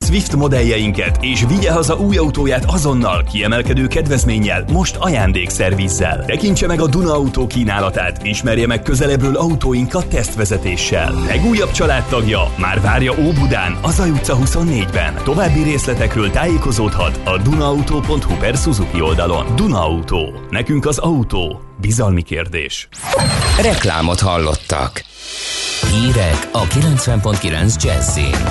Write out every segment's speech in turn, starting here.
Swift modelljeinket, és vigye haza új autóját azonnal kiemelkedő kedvezménnyel, most ajándékszervizzel. Tekintse meg a Duna Autó kínálatát, ismerje meg közelebbről autóinkat tesztvezetéssel. Legújabb családtagja már várja Óbudán, a Zaj utca 24-ben. További részletekről tájékozódhat a dunaauto.hu/Suzuki oldalon. Duna Autó. Nekünk az autó bizalmi kérdés. Reklámot hallottak. Hírek a 90.9 Jazzin.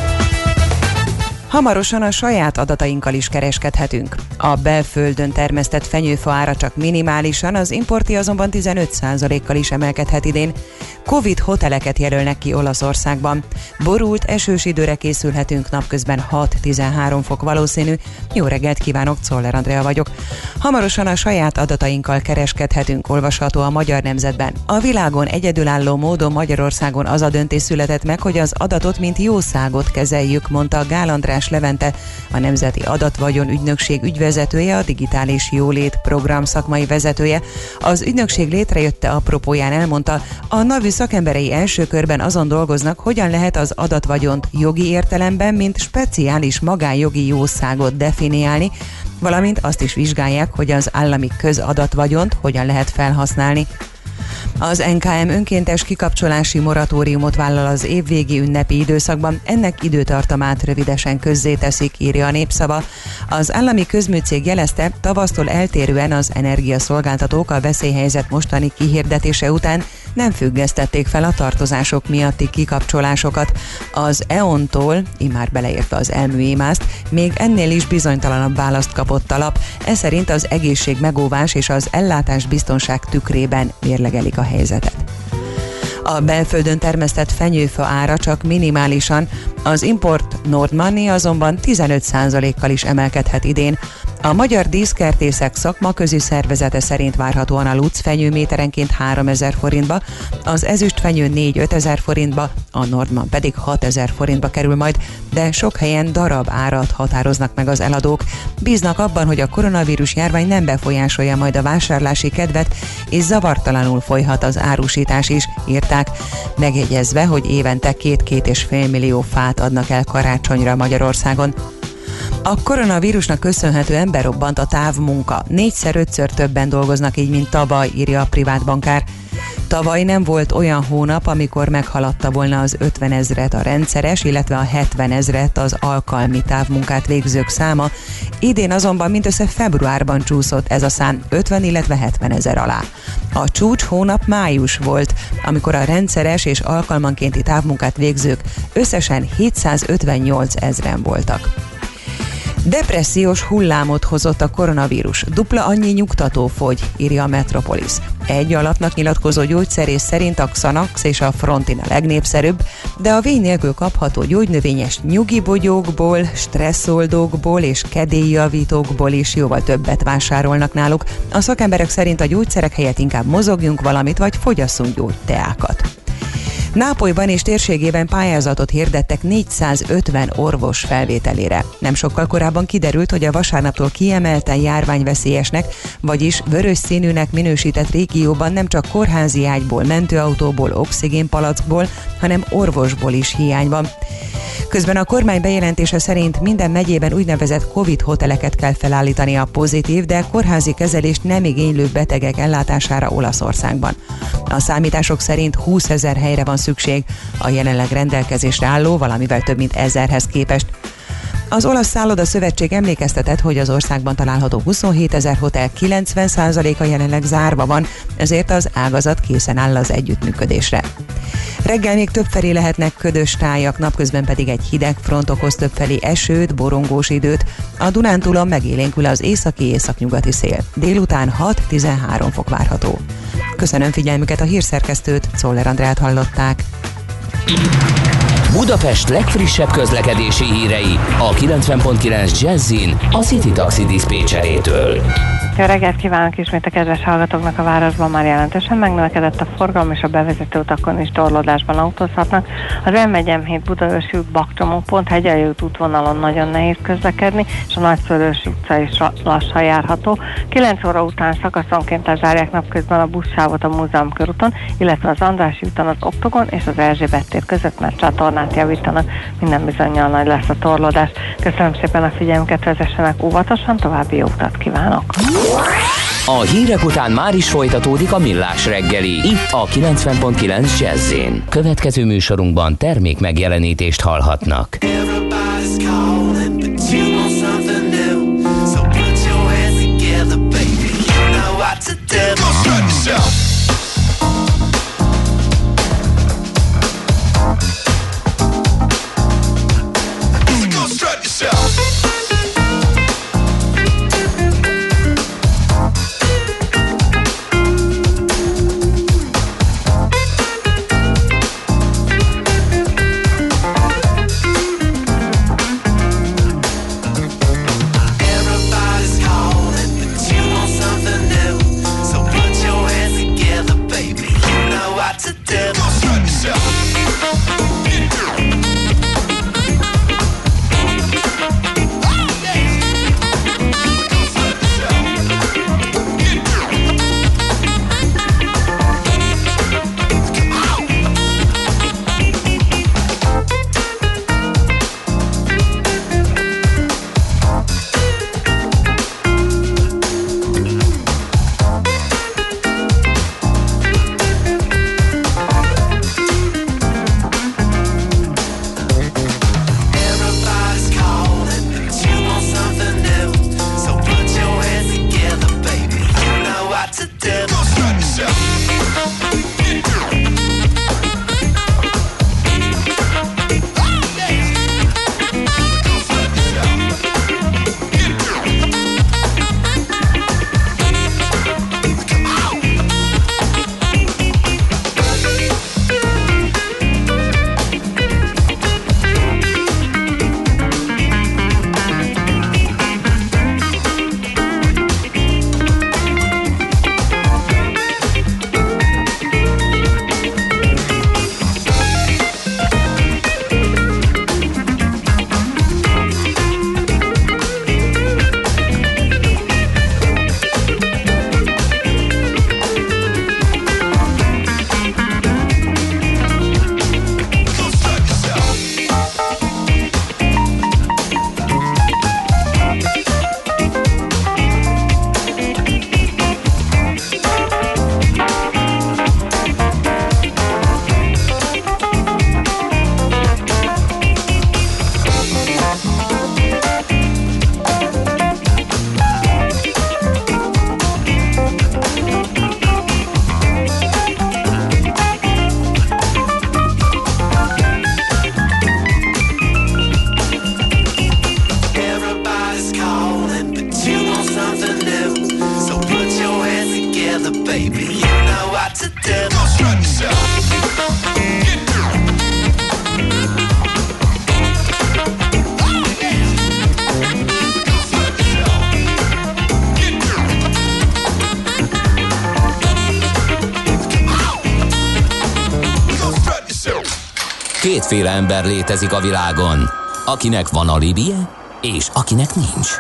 Hamarosan a saját adatainkkal is kereskedhetünk. A belföldön termesztett fenyőfa ára csak minimálisan, az importi azonban 15%-kal is emelkedhet idén. Covid hoteleket jelölnek ki Olaszországban. Borult, esős időre készülhetünk, napközben 6-13 fok valószínű. Jó reggelt kívánok, Czoller Andrea vagyok. Hamarosan a saját adatainkkal kereskedhetünk, olvasható a Magyar Nemzetben. A világon egyedülálló módon Magyarországon az a döntés született meg, hogy az adatot mint jószágot kezeljük, mondta Gál András Levente, a Nemzeti Adatvagyon Ügynökség ügyvezetője, a Digitális Jólét program szakmai vezetője. Az ügynökség létrejötte apropóján elmondta, a NAVÜ szakemberei első körben azon dolgoznak, hogyan lehet az adatvagyont jogi értelemben, mint speciális magánjogi jószágot definiálni, valamint azt is vizsgálják, hogy az állami közadatvagyont hogyan lehet felhasználni. Az NKM önkéntes kikapcsolási moratóriumot vállal az évvégi ünnepi időszakban, ennek időtartamát rövidesen közzéteszik, írja a Népszava. Az állami közműcég jelezte, tavasztól eltérően az energiaszolgáltatók a veszélyhelyzet mostani kihirdetése után nem függesztették fel a tartozások miatti kikapcsolásokat. Az E.ON-tól, immár beleértve az Elmű-Émászt, még ennél is bizonytalanabb választ kapott a lap, ez szerint az egészségmegóvás és az ellátásbiztonság tükrében mérlegelik a helyzetet. A belföldön termesztett fenyőfa ára csak minimálisan, az import Nordmanni azonban 15%-kal is emelkedhet idén. A Magyar Díszkertészek szakmaközi szervezete szerint várhatóan a lucfenyő méterenként 3000 forintba, az ezüstfenyő 4-5 ezer forintba, a Nordman pedig 6000 forintba kerül majd, de sok helyen darab árat határoznak meg az eladók. Bíznak abban, hogy a koronavírus járvány nem befolyásolja majd a vásárlási kedvet, és zavartalanul folyhat az árusítás is, írták, megjegyezve, hogy évente 2-2,5 millió fát adnak el karácsonyra Magyarországon. A koronavírusnak köszönhetően berobbant a távmunka. 4-5-ször többen dolgoznak így, mint tavaly, írja a privát bankár. Tavaly nem volt olyan hónap, amikor meghaladta volna az 50 000-et a rendszeres, illetve a 70 000-et az alkalmi távmunkát végzők száma. Idén azonban mindössze februárban csúszott ez a szám 50, illetve 70 000 alá. A csúcs hónap május volt, amikor a rendszeres és alkalmankénti távmunkát végzők összesen 758 000-en voltak. Depressziós hullámot hozott a koronavírus. Dupla annyi nyugtató fogy, írja a Metropolis. Egy alapnak nyilatkozó gyógyszerész szerint a Xanax és a Frontin a legnépszerűbb, de a vény nélkül kapható gyógynövényes nyugibogyókból, stresszoldókból és kedélyjavítókból is jóval többet vásárolnak náluk. A szakemberek szerint a gyógyszerek helyett inkább mozogjunk valamit, vagy fogyasszunk gyógyteákat. Nápolyban és térségében pályázatot hirdettek 450 orvos felvételére. Nem sokkal korábban kiderült, hogy a vasárnaptól kiemelten járványveszélyesnek, vagyis vörös színűnek minősített régióban nem csak kórházi ágyból, mentőautóból, oxigénpalackból, hanem orvosból is hiány van. Közben a kormány bejelentése szerint minden megyében úgynevezett Covid hoteleket kell felállítani a pozitív, de kórházi kezelést nem igénylő betegek ellátására Olaszországban. A számítások szerint 20 000 helyre van szükség a jelenleg rendelkezésre álló, valamivel több mint 1000-hez képest. Az Olasz Szálloda Szövetség emlékeztetett, hogy az országban található 27 000 hotel 90%-a jelenleg zárva van, ezért az ágazat készen áll az együttműködésre. Reggel még többfelé lehetnek ködös tájak, napközben pedig egy hideg front okoz többfelé esőt, borongós időt. A Dunántúlon megélénkül az északi-északnyugati szél. Délután 6-13 fok várható. Köszönöm figyelmüket, a hírszerkesztőt, Czoller Andreát hallották. Budapest legfrissebb közlekedési hírei a 90.9 Jazzin a City Taxi diszpécserétől. Jó reggelt kívánok ismét a kedves hallgatóknak. A városban már jelentősen megnövekedett a forgalom, és a bevezető utakon is torlódásban autózhatnak. Az M1-M7 Budaörsi út Bakcsomópont Hegyalja út útvonalon nagyon nehéz közlekedni, és a Nagyszőlősi utca is lassan járható. 9 óra után szakaszonként lezárják napközben a buszsávot a Múzeum körúton, illetve az Andrássy úton az Oktogon és az Erzsébet tér között, mert csatornát javítanak. Minden bizonnyal nagy lesz a torlódás. Köszönöm szépen a figyelmüket, vezessenek óvatosan, további jó utat kívánok! A hírek után már is folytatódik a Millás reggeli, itt a 90.9 Jazz-én. Következő műsorunkban termék megjelenítést hallhatnak. Kétféle ember létezik a világon, akinek van alibije, és akinek nincs.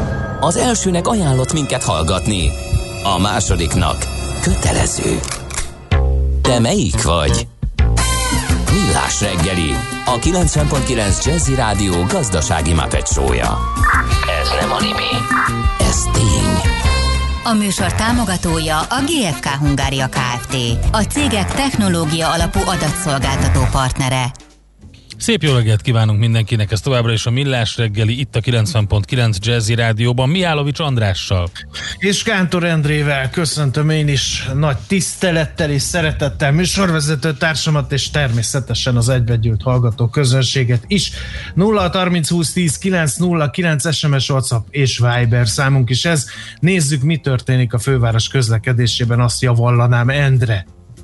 Az elsőnek ajánlott minket hallgatni, a másodiknak kötelező. Te melyik vagy? Millás reggeli, a 90.9 Jazzy Rádió gazdasági Muppet show-ja. Ez nem anime, ez tény. A műsor támogatója a GFK Hungária Kft. A cégek technológia alapú adatszolgáltató partnere. Szép jó reggelt kívánunk mindenkinek, ez továbbra is a Millás reggeli, itt a 90.9 Jazzy Rádióban, Mihálovics Andrással. És Kántor Endrével köszöntöm én is nagy tisztelettel és szeretettel műsorvezető társamat, és természetesen az egybegyűlt hallgató közönséget is. 0-30 20 10 909 SMS, WhatsApp és Viber számunk is ez. Nézzük, mi történik a főváros közlekedésében, azt javallanám, Endre.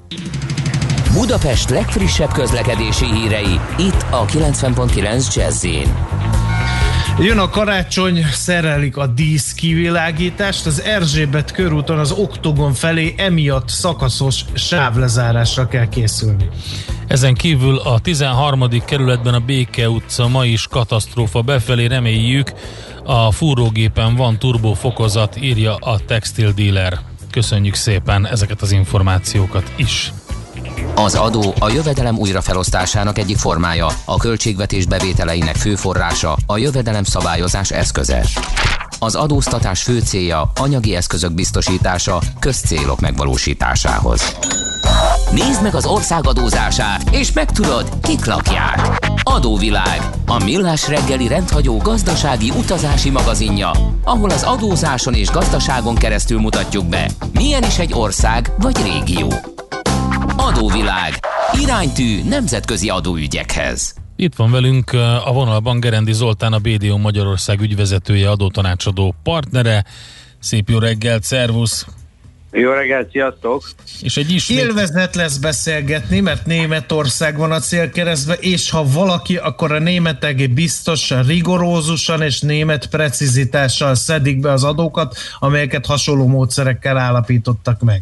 Budapest legfrissebb közlekedési hírei, itt a 90.9 Jazz-én. Jön a karácsony, szerelik a díszkivilágítást, az Erzsébet körúton az Oktogon felé emiatt szakaszos sávlezárásra kell készülni. Ezen kívül a 13. kerületben a Béke utca ma is katasztrófa befelé, reméljük a fúrógépen van turbófokozat, írja a Textil Dealer. Köszönjük szépen ezeket az információkat is. Az adó a jövedelem újrafelosztásának egyik formája, a költségvetés bevételeinek fő forrása, a jövedelem szabályozás eszköze. Az adóztatás fő célja anyagi eszközök biztosítása közcélok megvalósításához. Nézd meg az ország adózását, és megtudod, kik lakják. Adóvilág, a millás reggeli rendhagyó gazdasági utazási magazinja, ahol az adózáson és gazdaságon keresztül mutatjuk be, milyen is egy ország vagy régió. Adóvilág, iránytű nemzetközi adóügyekhez. Itt van velünk a vonalban Gerendi Zoltán, a BDO Magyarország ügyvezetője, adótanácsadó partnere. Szép jó reggelt, szervusz! Jó reggelt, sziasztok! És egy ismét... Élvezet lesz beszélgetni, mert Németország van a célkeresztben, és ha valaki, akkor a németek biztosan, rigorózusan és német precizitással szedik be az adókat, amelyeket hasonló módszerekkel állapítottak meg.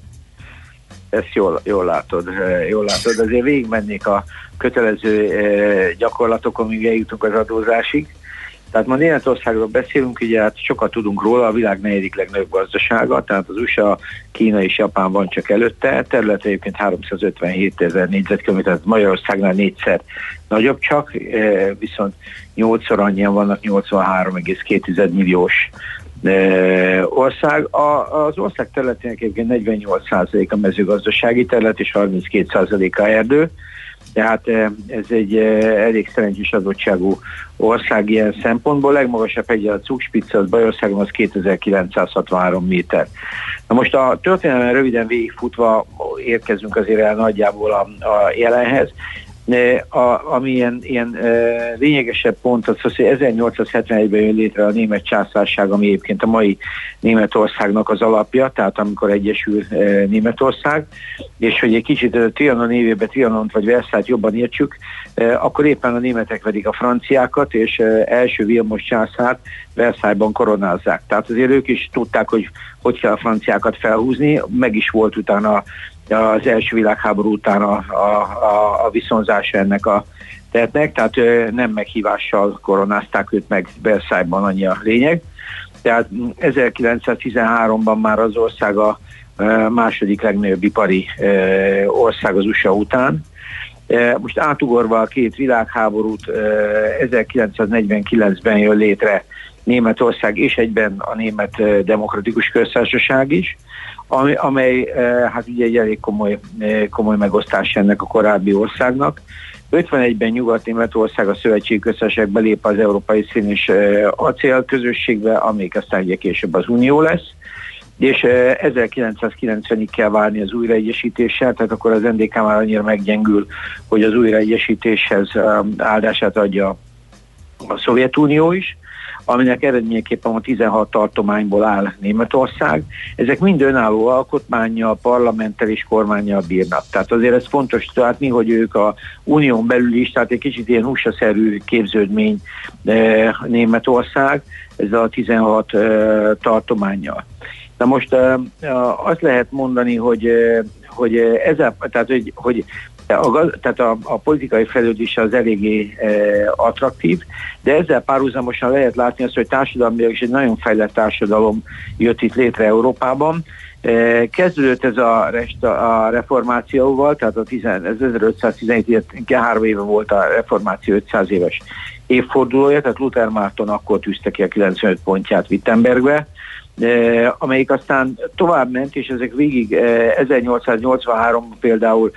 Ezt jól látod. Azért végigmennék a kötelező gyakorlatokon, míg eljutunk az adózásig. Tehát ma Németországról beszélünk, ugye hát sokat tudunk róla, a világ 4. legnagyobb gazdasága, tehát az USA, Kína és Japán van csak előtte, területe egyébként 357 000 négyzetkilométer, tehát Magyarországnál 4-szer nagyobb csak, viszont 8-szor annyian vannak, 83,2 milliós ország. Az ország területének egyébként 48% a mezőgazdasági terület és 32% a erdő. Tehát ez egy elég szerencsés adottságú ország ilyen szempontból. Legmagasabb hegye a Zugspitze, az Bajországon, az 2963 méter. Na most a történelmen röviden végigfutva érkezünk azért el nagyjából a jelenhez. Ami ilyen lényegesebb pont az, hogy 1871-ben jön létre a német császárság, ami egyébként a mai Németországnak az alapja, tehát amikor egyesül Németország, és hogy egy kicsit a Trianon évében Trianont vagy Versailles jobban értsük, akkor éppen a németek vedik a franciákat, és első Vilmos császárt Versailles-ban koronázzák. Tehát azért ők is tudták, hogy kell a franciákat felhúzni, meg is volt utána az első világháború után a viszonzása ennek a tettnek, tehát nem meghívással koronázták őt meg Versailles-ban, annyi a lényeg. Tehát 1913-ban már az ország a második legnagyobb ipari ország az USA után. Most átugorva a két világháborút, 1949-ben jön létre Németország és egyben a Német Demokratikus Köztársaság is, amely hát ugye egy elég komoly megosztás ennek a korábbi országnak. 51-ben Nyugat-Németország a Szövetségi Köztársaság belép az Európai Szén és Acél közösségbe, amelyik aztán ugye később az Unió lesz, és 1990-ig kell várni az újraegyesítéssel, tehát akkor az NDK már annyira meggyengül, hogy az újraegyesítéshez áldását adja a Szovjetunió is, aminek eredményeképpen a 16 tartományból áll Németország. Ezek mind önálló alkotmánnyal, parlamenttel és kormánnyal bírnak. Tehát azért ez fontos látni, hogy ők a unión belül is, tehát egy kicsit ilyen USA-szerű képződmény Németország, ez a 16 tartománnyal. Na most azt lehet mondani, hogy ezzel, tehát a politikai fejlődés az eléggé attraktív, de ezzel párhuzamosan lehet látni azt, hogy társadalmilag is egy nagyon fejlett társadalom jött itt létre Európában. Kezdődött ez a reformációval, tehát 1517, 3 éve volt a reformáció 500 éves évfordulója, tehát Luther Márton akkor tűzte ki a 95 pontját Wittenbergbe, amelyik aztán tovább ment, és ezek végig 1883 például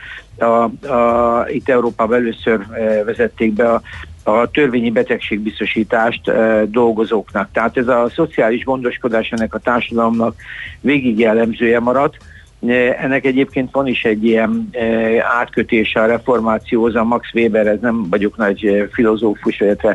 itt Európában először vezették be a törvényi betegségbiztosítást dolgozóknak. Tehát ez a szociális gondoskodás ennek a társadalomnak végig jellemzője maradt. Ennek egyébként van is egy ilyen átkötése a reformációhoz, a Max Weber, ez nem vagyok nagy filozófus, illetve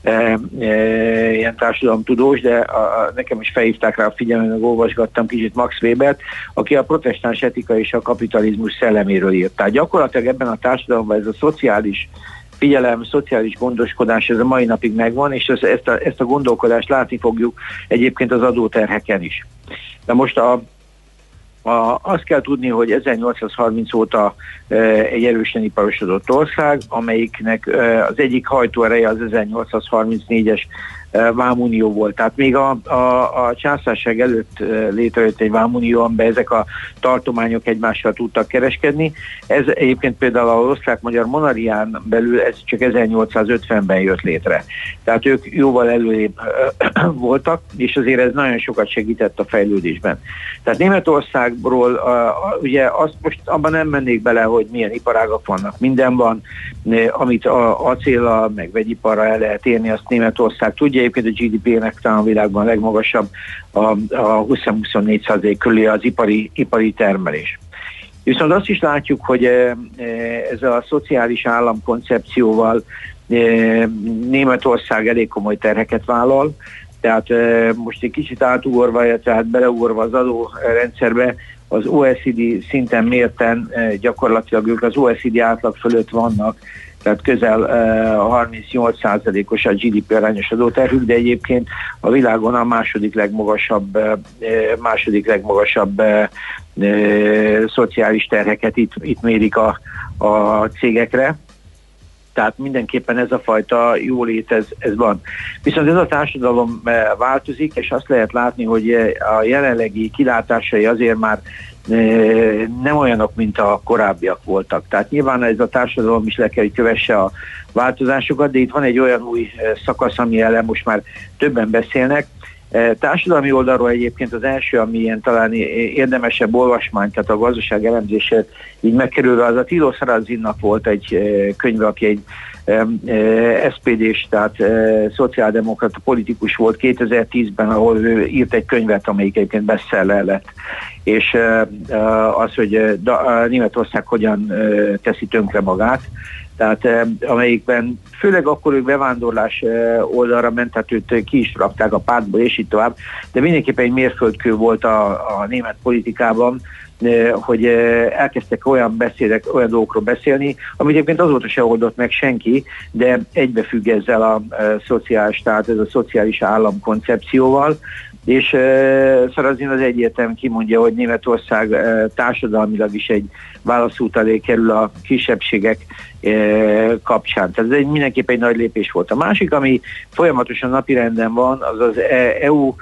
ilyen társadalomtudós, de nekem is felhívták rá a figyelmet, olvasgattam kicsit Max Webert, aki a protestáns etika és a kapitalizmus szelleméről írt. Tehát gyakorlatilag ebben a társadalomban ez a szociális figyelem, szociális gondoskodás, ez a mai napig megvan, és ezt a gondolkodást látni fogjuk egyébként az adóterheken is. De most azt kell tudni, hogy 1830 óta egy erősen iparosodott ország, amelyiknek az egyik hajtóereje az 1834-es vámunió volt. Tehát még a császárság előtt létrejött egy vámunió, amiben ezek a tartományok egymással tudtak kereskedni. Ez egyébként például az osztrák-magyar monarchián belül ez csak 1850-ben jött létre. Tehát ők jóval előrébb voltak, és azért ez nagyon sokat segített a fejlődésben. Tehát Németországról ugye azt most abban nem mennék bele, hogy milyen iparágak vannak. Minden van, amit acéllal, meg vegyiparra el lehet érni, azt Németország tudja. Egyébként a GDP-nek talán a világban a legmagasabb, a 20-24% körül az ipari termelés. Viszont azt is látjuk, hogy ez a szociális államkoncepcióval Németország elég komoly terheket vállal, tehát most egy kicsit átugorva, tehát beleugorva az adórendszerbe, az OECD szinten mérten gyakorlatilag ők az OECD átlag fölött vannak, tehát közel a 38%-os a GDP arányos adóterhük, de egyébként a világon a második legmagasabb szociális terheket itt mérik a cégekre. Tehát mindenképpen ez a fajta jólét, ez van. Viszont ez a társadalom változik, és azt lehet látni, hogy a jelenlegi kilátásai azért már nem olyanok, mint a korábbiak voltak. Tehát nyilván ez a társadalom is le kell, hogy kövesse a változásokat, de itt van egy olyan új szakasz, ami ellen most már többen beszélnek. Társadalmi oldalról egyébként az első, ami ilyen talán érdemesebb olvasmány, tehát a gazdaság elemzése így megkerülve, az a Tilo Sarrazinnak volt egy könyve, aki egy SPD-s, tehát szociáldemokrata politikus volt 2010-ben, ahol ő írt egy könyvet, amelyik egyébként bestseller lett. És az, hogy Németország hogyan teszi tönkre magát, tehát amelyikben főleg akkor ők bevándorlás oldalra ment, tehát őt ki is rakták a pártból, és így tovább, de mindenképpen egy mérföldkő volt a német politikában, hogy elkezdtek olyan dolgokról beszélni, amit egyébként azóta se oldott meg senki, de egybefügg ezzel a szociális, tehát ez a szociális állam koncepcióval, és Sarrazin az egyértelműen kimondja, hogy Németország társadalmilag is egy válaszút elé kerül a kisebbségek kapcsán. Tehát ez mindenképp egy nagy lépés volt. A másik, ami folyamatosan napirenden van, az EU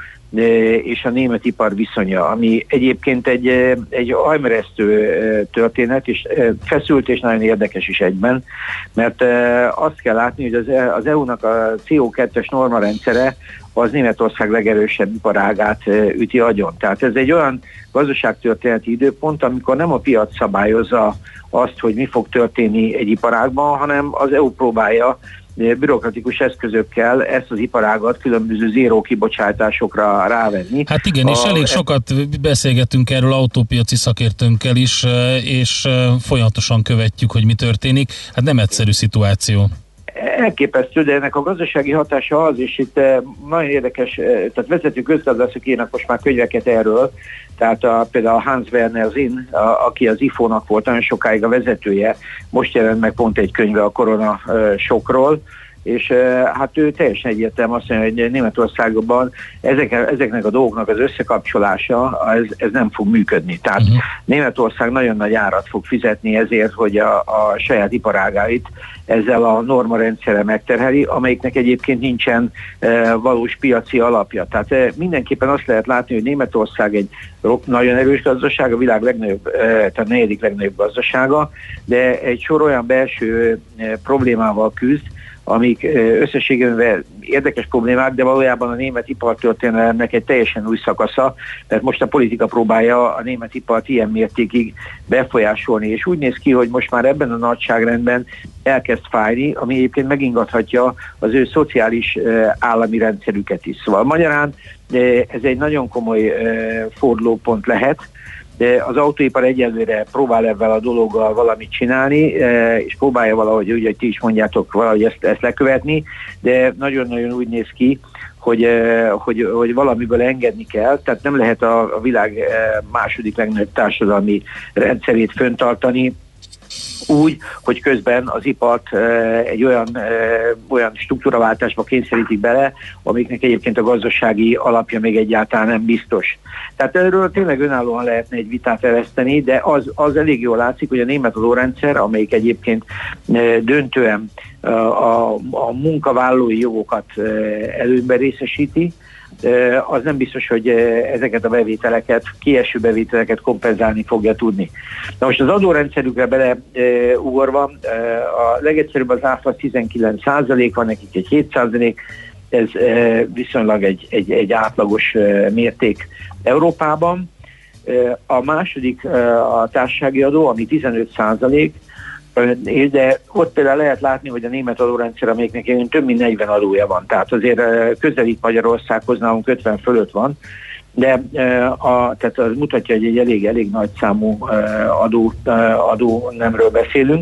és a német ipar viszonya, ami egyébként egy ajmeresztő történet, és feszült és nagyon érdekes is egyben, mert azt kell látni, hogy az EU-nak a CO2-es normarendszere az Németország legerősebb iparágát üti agyon. Tehát ez egy olyan gazdaságtörténeti időpont, amikor nem a piac szabályozza azt, hogy mi fog történni egy iparágban, hanem az EU próbálja bürokratikus eszközökkel ezt az iparágat különböző zéró kibocsátásokra rávenni. Hát igen, és elég sokat beszélgettünk erről autópiaci szakértőnkkel is, és folyamatosan követjük, hogy mi történik. Hát nem egyszerű szituáció. Elképesztő, de ennek a gazdasági hatása az, és itt nagyon érdekes, tehát vezető közgazdászok írnak most már könyveket erről, tehát például Hans Werner Sinn, aki az IFO-nak volt nagyon sokáig a vezetője, most jelent meg pont egy könyve a korona sokról, és hát ő teljesen egyértelműen azt mondja, hogy Németországban ezeknek a dolgoknak az összekapcsolása, ez nem fog működni. Tehát Németország nagyon nagy árat fog fizetni ezért, hogy a saját iparágáit ezzel a normarendszerrel megterheli, amelyiknek egyébként nincsen valós piaci alapja. Tehát mindenképpen azt lehet látni, hogy Németország egy nagyon erős gazdaság, a világ legnagyobb, tehát negyedik legnagyobb gazdasága, de egy sor olyan belső problémával küzd, amik összességében érdekes problémák, de valójában a német ipartörténelemnek egy teljesen új szakasza, mert most a politika próbálja a német ipart ilyen mértékig befolyásolni, és úgy néz ki, hogy most már ebben a nagyságrendben elkezd fájni, ami egyébként megingathatja az ő szociális állami rendszerüket is. Szóval magyarán ez egy nagyon komoly fordulópont lehet, de az autóipar egyelőre próbál ebben a dologgal valamit csinálni, és próbálja valahogy, úgy, hogy ti is mondjátok, valahogy ezt lekövetni, de nagyon-nagyon úgy néz ki, hogy valamiből engedni kell, tehát nem lehet a világ második legnagyobb társadalmi rendszerét fenntartani úgy, hogy közben az ipart egy olyan struktúraváltásba kényszerítik bele, amiknek egyébként a gazdasági alapja még egyáltalán nem biztos. Tehát erről tényleg önállóan lehetne egy vitát ereszteni, de az elég jól látszik, hogy a német adórendszer, amelyik egyébként döntően a munkavállalói jogokat előnyben részesíti, az nem biztos, hogy ezeket a bevételeket, kieső bevételeket kompenzálni fogja tudni. Na most az adórendszerükre beleugorva, a legegyszerűbb az áfa 19%, van nekik egy 7%, ez viszonylag egy átlagos mérték Európában. A második a társasági adó, ami 15%, de ott például lehet látni, hogy a német adórendszer, amelyiknek több mint 40 adója van, tehát azért közelít Magyarországhoz, nálunk 50 fölött van, de tehát az mutatja, hogy egy elég nagy számú adó nemről beszélünk.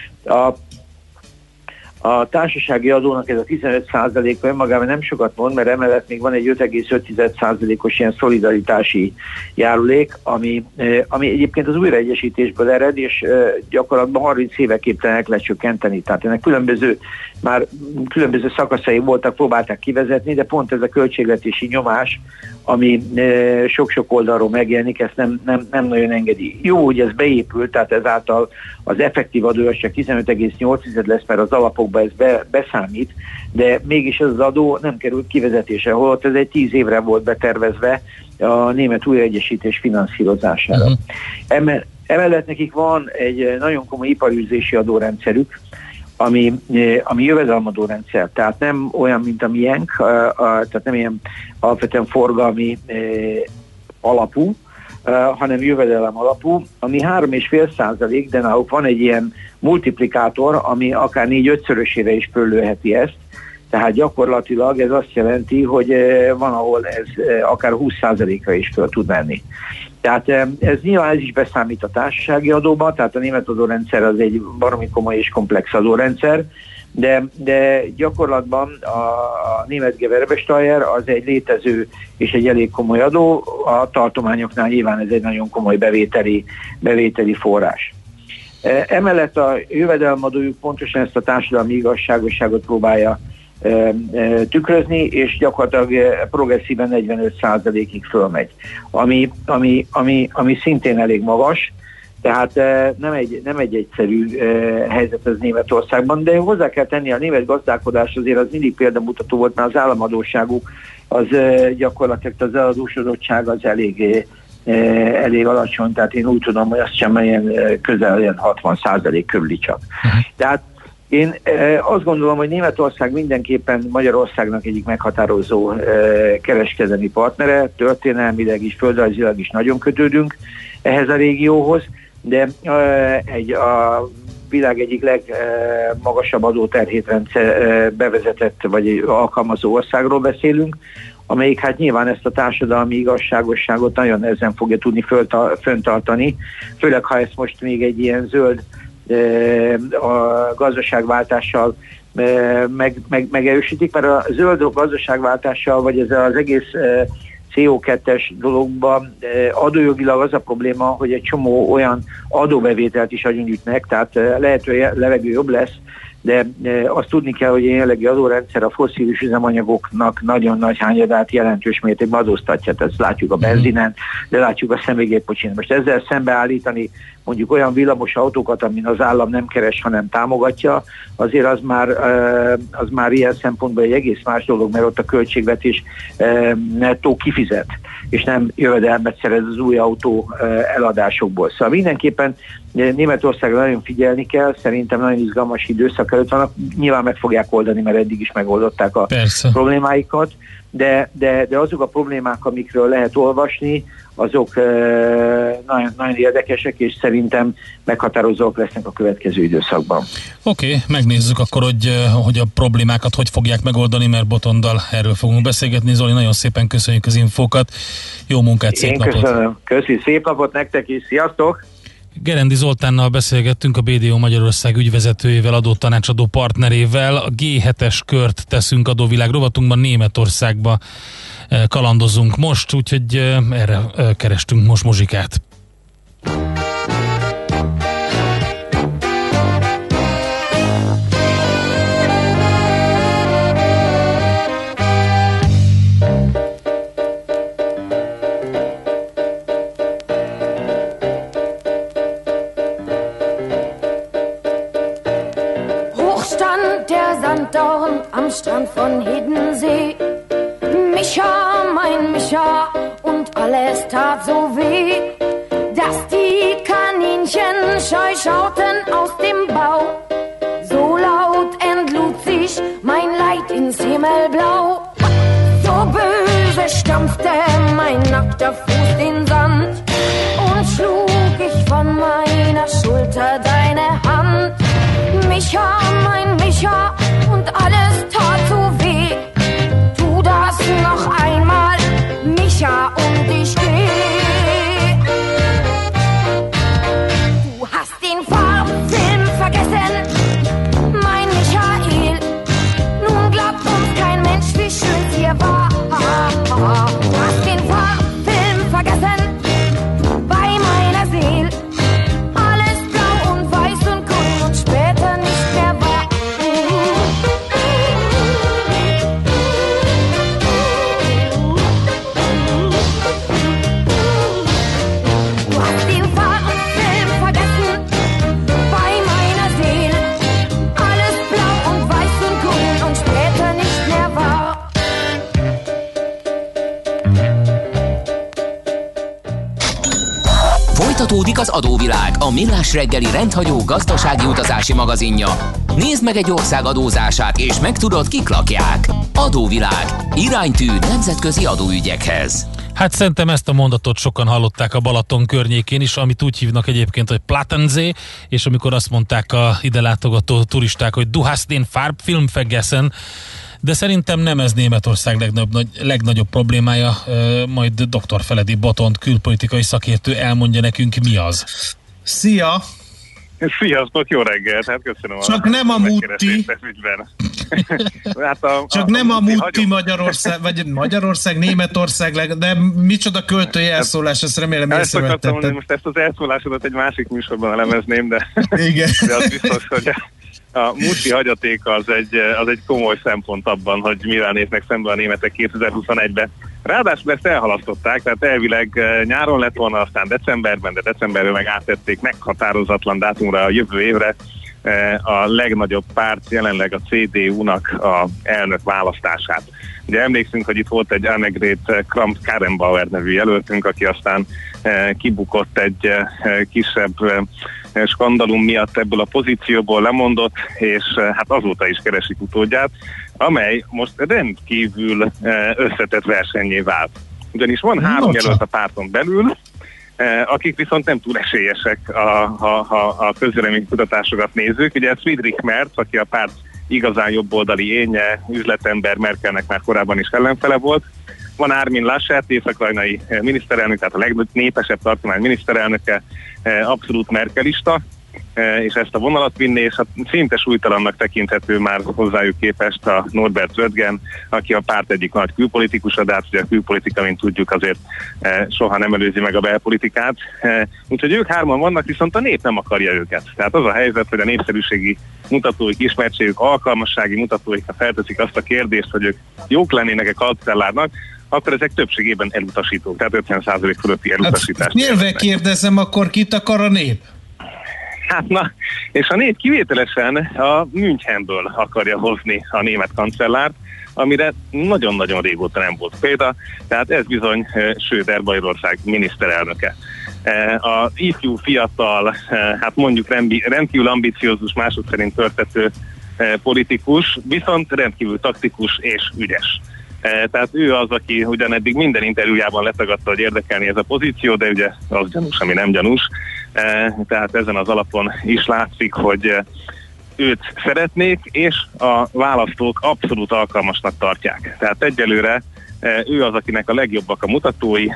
A társasági adónak ez a 15%-a önmagában nem sokat mond, mert emellett még van egy 5,5%-os ilyen szolidaritási járulék, ami egyébként az újraegyesítésből ered, és gyakorlatban 30 éve képtelenek lecsökkenteni. Tehát ennek különböző szakaszai voltak, próbálták kivezetni, de pont ez a költségvetési nyomás, ami sok-sok oldalról megjelenik, ezt nem nagyon engedi. Jó, hogy ez beépült, tehát ezáltal az effektív adó csak 15,8 lesz, mert az alapokba ez beszámít, de mégis ez az adó nem került kivezetésre, holott ez egy 10 évre volt betervezve a német újraegyesítés finanszírozására. Emellett nekik van egy nagyon komoly iparűzési adórendszerük, ami jövedelmadórendszer, tehát nem olyan, mint a miénk, tehát nem ilyen alapvetően forgalmi alapú, hanem jövedelem alapú, ami 3,5%, de náluk van egy ilyen multiplikátor, ami akár 4-5-szörösére is fölülheti ezt, tehát gyakorlatilag ez azt jelenti, hogy van, ahol ez akár 20%-ra is föl tud menni. Tehát ez nyilván ez is beszámít a társasági adóba, tehát a német adórendszer az egy baromi komoly és komplex adórendszer, de gyakorlatban a német Gewerbesteuer az egy létező és egy elég komoly adó, a tartományoknál nyilván ez egy nagyon komoly bevételi forrás. Emellett a jövedelmadójuk pontosan ezt a társadalmi igazságosságot próbálja tükrözni, és gyakorlatilag progresszíven 45%-ig fölmegy, ami szintén elég magas, tehát nem egy egyszerű helyzet ez Németországban, de hozzá kell tenni, a német gazdálkodás azért az mindig példamutató volt, mert az államadósságuk az gyakorlatilag az eladósodottság az elég alacsony, tehát én úgy tudom, hogy azt sem ilyen közel ilyen 60% körüli csak. Tehát én azt gondolom, hogy Németország mindenképpen Magyarországnak egyik meghatározó kereskedelmi partnere, történelmileg is, földrajzilag is nagyon kötődünk ehhez a régióhoz, de a világ egyik legmagasabb adóterhét bevezetett vagy alkalmazó országról beszélünk, amelyik hát nyilván ezt a társadalmi igazságosságot nagyon nehezen fogja tudni föntartani, főleg ha ezt most még egy ilyen zöld a gazdaságváltással megerősítik, mert a zöld gazdaságváltással, vagy ez az egész CO2-es dologban adójogilag az a probléma, hogy egy csomó olyan adóbevételt is agyonütnek, tehát lehet, hogy levegő jobb lesz, de azt tudni kell, hogy a jelenlegi adórendszer a fosszilis üzemanyagoknak nagyon nagy hányadát jelentős mértékben adóztatja. Ezt látjuk a benzinen, de látjuk a személygépkocsin. Most ezzel szembeállítani mondjuk olyan villamos autókat, amin az állam nem keres, hanem támogatja, azért az már ilyen szempontból egy egész más dolog, mert ott a költségvetés nettó kifizet, és nem jövedelmet szerez az új autó eladásokból. Szóval mindenképpen Németországra nagyon figyelni kell, szerintem nagyon izgalmas időszak előtt vannak, nyilván meg fogják oldani, mert eddig is megoldották a problémáikat, de azok a problémák, amikről lehet olvasni, azok nagyon, nagyon érdekesek, és szerintem meghatározók lesznek a következő időszakban. Oké, megnézzük akkor, hogy a problémákat hogy fogják megoldani, mert Botondal erről fogunk beszélgetni. Zoli, nagyon szépen köszönjük az infókat, jó munkát, szép napot! Én köszönöm, köszi, szép napot nektek is, sziasztok! Gerendi Zoltánnal beszélgettünk, a BDO Magyarország ügyvezetőjével, adótanácsadó partnerével. A G7-es kört teszünk adóvilág rovatunkban, Németországba kalandozunk most, úgyhogy erre kerestünk most muzsikát. Strand von Hiddensee. Micha, mein Micha, und alles tat so weh, dass die Kaninchen scheu schauten aus dem Bau. So laut entlud sich mein Leid ins Himmelblau. So böse stampfte mein nackter Fuß den Sand und schlug ich von meiner Schulter deine Hand. Micha, mein Micha, und alles tat so weh. Tu das noch einmal, Micha, und ich geh. Du hast den Farbfilm vergessen, mein Michael. Nun glaubt uns kein Mensch, wie schön es hier war. Du hast den Farbfilm vergessen, bei meiner Seele. Alles blau und weiß und grün und später nicht mehr wahr. Du hast den Farbfilm vergessen, bei meiner Seele. Alles blau und weiß und grün und später nicht mehr wahr. Folytatódik az Adóvilág, a millás reggeli rendhagyó gazdasági utazási magazinja. Nézd meg egy ország adózását, és megtudod, kik lakják. Adóvilág. Iránytű nemzetközi adóügyekhez. Hát szerintem ezt a mondatot sokan hallották a Balaton környékén is, amit úgy hívnak egyébként, hogy Plattensee, és amikor azt mondták a ide látogató turisták, hogy Du hast den Farbfilm vergessen, de szerintem nem ez Németország legnagyobb problémája, majd dr. Feledi Botont, külpolitikai szakértő elmondja nekünk, mi az. Szia! Sziasztok, jó reggelt, hát köszönöm. Csak nem a Mutti. Csak nem a Mutti Magyarország, vagy Magyarország, Németország, de micsoda költői elszólás, ezt remélem észrevettetted. Most ezt az elszólásodat egy másik műsorban elemezném, de, igen. De az biztos, hogy a Mutti hagyaték az egy komoly szempont abban, hogy mivel néznek szembe a németek 2021-ben. Ráadásul ezt elhalasztották, tehát elvileg nyáron lett volna, aztán decemberben, de decemberben meg áttették meghatározatlan dátumra a jövő évre a legnagyobb párt, jelenleg a CDU-nak a elnök választását. Ugye emlékszünk, hogy itt volt egy Annegret Kramp-Karrenbauer nevű jelöltünk, aki aztán kibukott egy kisebb skandalum miatt ebből a pozícióból, lemondott, és hát azóta is keresik utódját, amely most rendkívül összetett versennyé vált. Ugyanis van 3 jelölt a párton belül, akik viszont nem túl esélyesek, ha közvéleménykutatásokat nézzük. Ugye Friedrich Merz, aki a párt igazán jobboldali énje, üzletember, Merkelnek már korábban is ellenfele volt. Van Armin Laschet, észak-rajnai miniszterelnök, tehát a legnépesebb tartomány miniszterelnöke, abszolút merkelista, és ezt a vonalat vinni, és hát szinte súlytalannak tekinthető már hozzájuk képest a Norbert Röttgen, aki a párt egyik nagy külpolitikusa, de hát ugye a külpolitika, mint tudjuk, azért soha nem előzi meg a belpolitikát. Úgyhogy ők 3-an vannak, viszont a nép nem akarja őket. Tehát az a helyzet, hogy a népszerűségi mutatóik, ismertségük, alkalmassági mutatóik, ha felteszik azt a kérdést, hogy ők jók lennének-e kancellárnak, akkor ezek többségében elutasítók, tehát 50% fölötti elutasítást. Nyilván kérdezem, akkor kit akar a nép? Hát na, és a nép kivételesen a Münchenből akarja hozni a német kancellárt, amire nagyon-nagyon régóta nem volt példa, tehát ez bizony Schröder, Bajorország miniszterelnöke. Az ifjú, fiatal, hát mondjuk rendkívül ambiciózus, mások szerint törtető politikus, viszont rendkívül taktikus és ügyes. Tehát ő az, aki ugyan eddig minden interjújában letagadta, hogy érdekelni ez a pozíció, de ugye az gyanús, ami nem gyanús. Tehát ezen az alapon is látszik, hogy őt szeretnék, és a választók abszolút alkalmasnak tartják. Tehát egyelőre ő az, akinek a legjobbak a mutatói,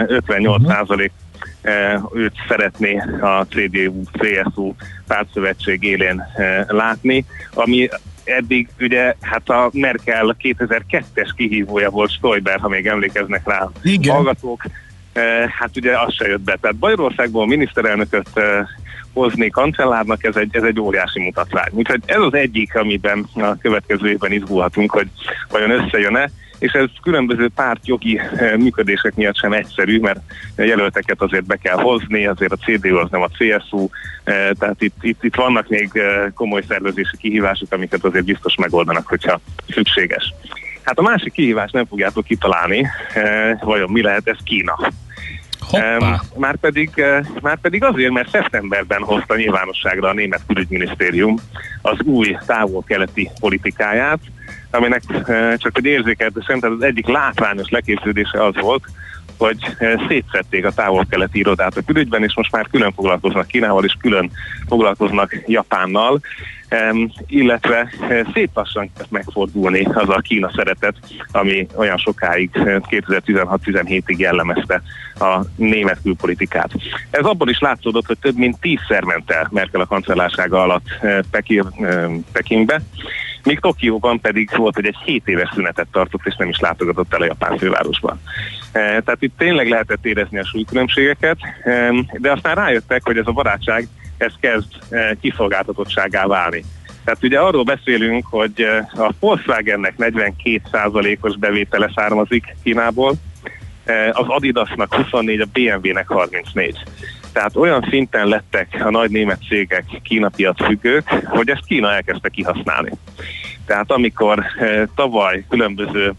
58% őt szeretné a CDU-CSU pártszövetség élén látni, ami eddig ugye hát a Merkel 2002-es kihívója volt Stoiber, ha még emlékeznek rá hallgatók, hát ugye az se jött be. Tehát Bajorországból miniszterelnököt hozni kancellárnak, ez egy óriási mutatvány. Úgyhogy ez az egyik, amiben a következő évben izgulhatunk, hogy vajon összejön-e, és ez különböző pártjogi működések miatt sem egyszerű, mert jelölteket azért be kell hozni, azért a CDU az nem a CSU, tehát itt vannak még komoly szervezési kihívások, amiket azért biztos megoldanak, hogyha szükséges. Hát a másik kihívás nem fogjátok kitalálni, vajon mi lehet, ez Kína. Márpedig azért, mert szeptemberben hozta nyilvánosságra a német külügyminisztérium az új távol-keleti politikáját, aminek csak egy érzékeltesen, tehát az egyik látványos leképződése az volt, hogy szétszették a távol-keleti irodát a külügyben, és most már külön foglalkoznak Kínával, és külön foglalkoznak Japánnal, illetve szép lassan kezd megfordulni az a Kína szeretet, ami olyan sokáig 2016-17-ig jellemezte a német külpolitikát. Ez abban is látszódott, hogy több mint 10-szer ment el Merkel a kancellársága alatt Pekingbe, míg Tokióban pedig volt, hogy egy 7 éves szünetet tartott, és nem is látogatott el a japán fővárosban. Tehát itt tényleg lehetett érezni a súlykülönbségeket, de aztán rájöttek, hogy ez a barátság, ez kezd kiszolgáltatottságá válni. Tehát ugye arról beszélünk, hogy a Volkswagennek 42%-os bevétele származik Kínából, az Adidasnak 24, a BMW-nek 34. Tehát olyan szinten lettek a nagy német cégek Kína piac függők, hogy ezt Kína elkezdte kihasználni. Tehát amikor tavaly különböző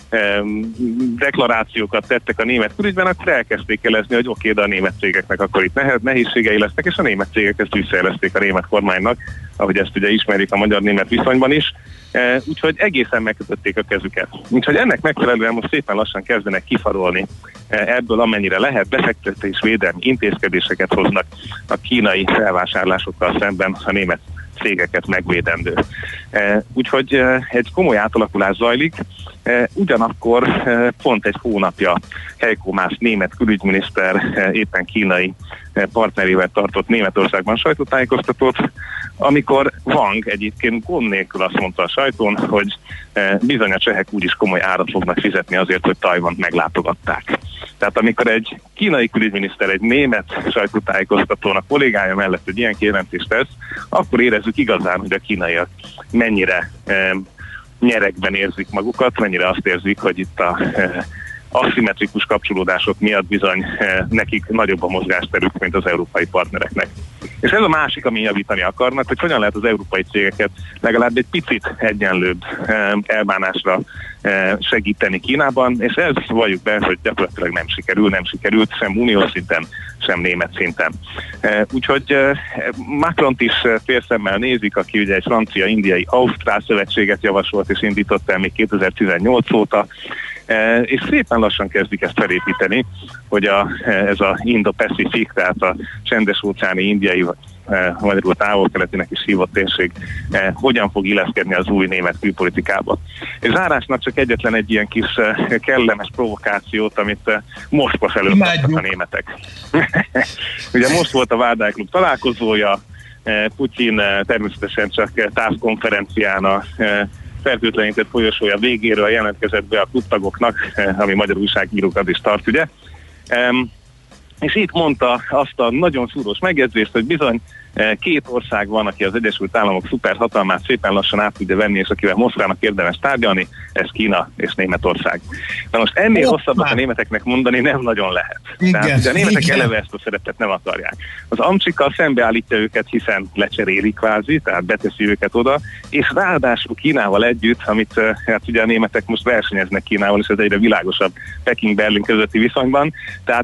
deklarációkat tettek a német külügyben, akkor elkezdték jelezni, hogy oké, de a német cégeknek akkor itt nehézségei lesznek, és a német cégek ezt visszajelezték a német kormánynak, ahogy ezt ugye ismerik a magyar-német viszonyban is, úgyhogy egészen megkötötték a kezüket. Úgyhogy ennek megfelelően most szépen lassan kezdenek kifarolni ebből, amennyire lehet, befektetés védelmi intézkedéseket hoznak a kínai felvásárlásokkal szemben a német cégeket megvédendő. Úgyhogy egy komoly átalakulás zajlik, ugyanakkor pont egy hónapja Heiko Maas német külügyminiszter éppen kínai partnerével tartott Németországban sajtótájékoztatót, amikor Wang egyébként gond nélkül azt mondta a sajtón, hogy bizony a csehek úgyis komoly árat fognak fizetni azért, hogy Tajvant meglátogatták. Tehát amikor egy kínai külügyminiszter egy német sajtótájékoztatón a kollégája mellett egy ilyen kijelentést tesz, akkor érezzük igazán, hogy a kínaiak mennyire nyeregben érzik magukat, mennyire azt érzik, hogy itt a aszimmetrikus kapcsolódások miatt bizony nekik nagyobb a mozgásterük, mint az európai partnereknek. És ez a másik, ami javítani akarnak, hogy hogyan lehet az európai cégeket legalább egy picit egyenlőbb elbánásra segíteni Kínában, és ez valljuk be, hogy gyakorlatilag nem sikerült sem uniós szinten, sem német szinten. Úgyhogy Macront is félszemmel nézik, aki ugye egy francia-indiai-ausztrál szövetséget javasolt és indított el még 2018 óta, és szépen lassan kezdik ezt felépíteni, hogy ez a Indo-Pacific, tehát a csendes-óceáni indiai, magyarul távol-keletinek is hívott térség hogyan fog illeszkedni az új német külpolitikába. És zárásnak csak egyetlen egy ilyen kis kellemes provokációt, amit Moszkva felől kaptak a németek. Ugye most volt a Vardai Klub találkozója, Putyin természetesen csak távkonferencián a fertőtlenített folyosója végéről jelentkezett be a klubtagoknak, ami magyar újságírókat is tart, ugye. És itt mondta azt a nagyon szúrós megjegyzést, hogy bizony két ország van, aki az Egyesült Államok szuperhatalmát szépen lassan át tudja venni, és akivel Moszkvának érdemes tárgyalni, ez Kína és Németország. Na most ennél rosszabbat a németeknek mondani nem nagyon lehet. Igen, tehát a németek eleve ezt a szeretet nem akarják. Az amcsikkal szembeállítja őket, hiszen lecserélik kvázi, tehát beteszi őket oda, és ráadásul Kínával együtt, amit hát ugye a németek most versenyeznek Kínával, és ez egyre világosabb Peking-Berlin közötti viszonyban. Tehát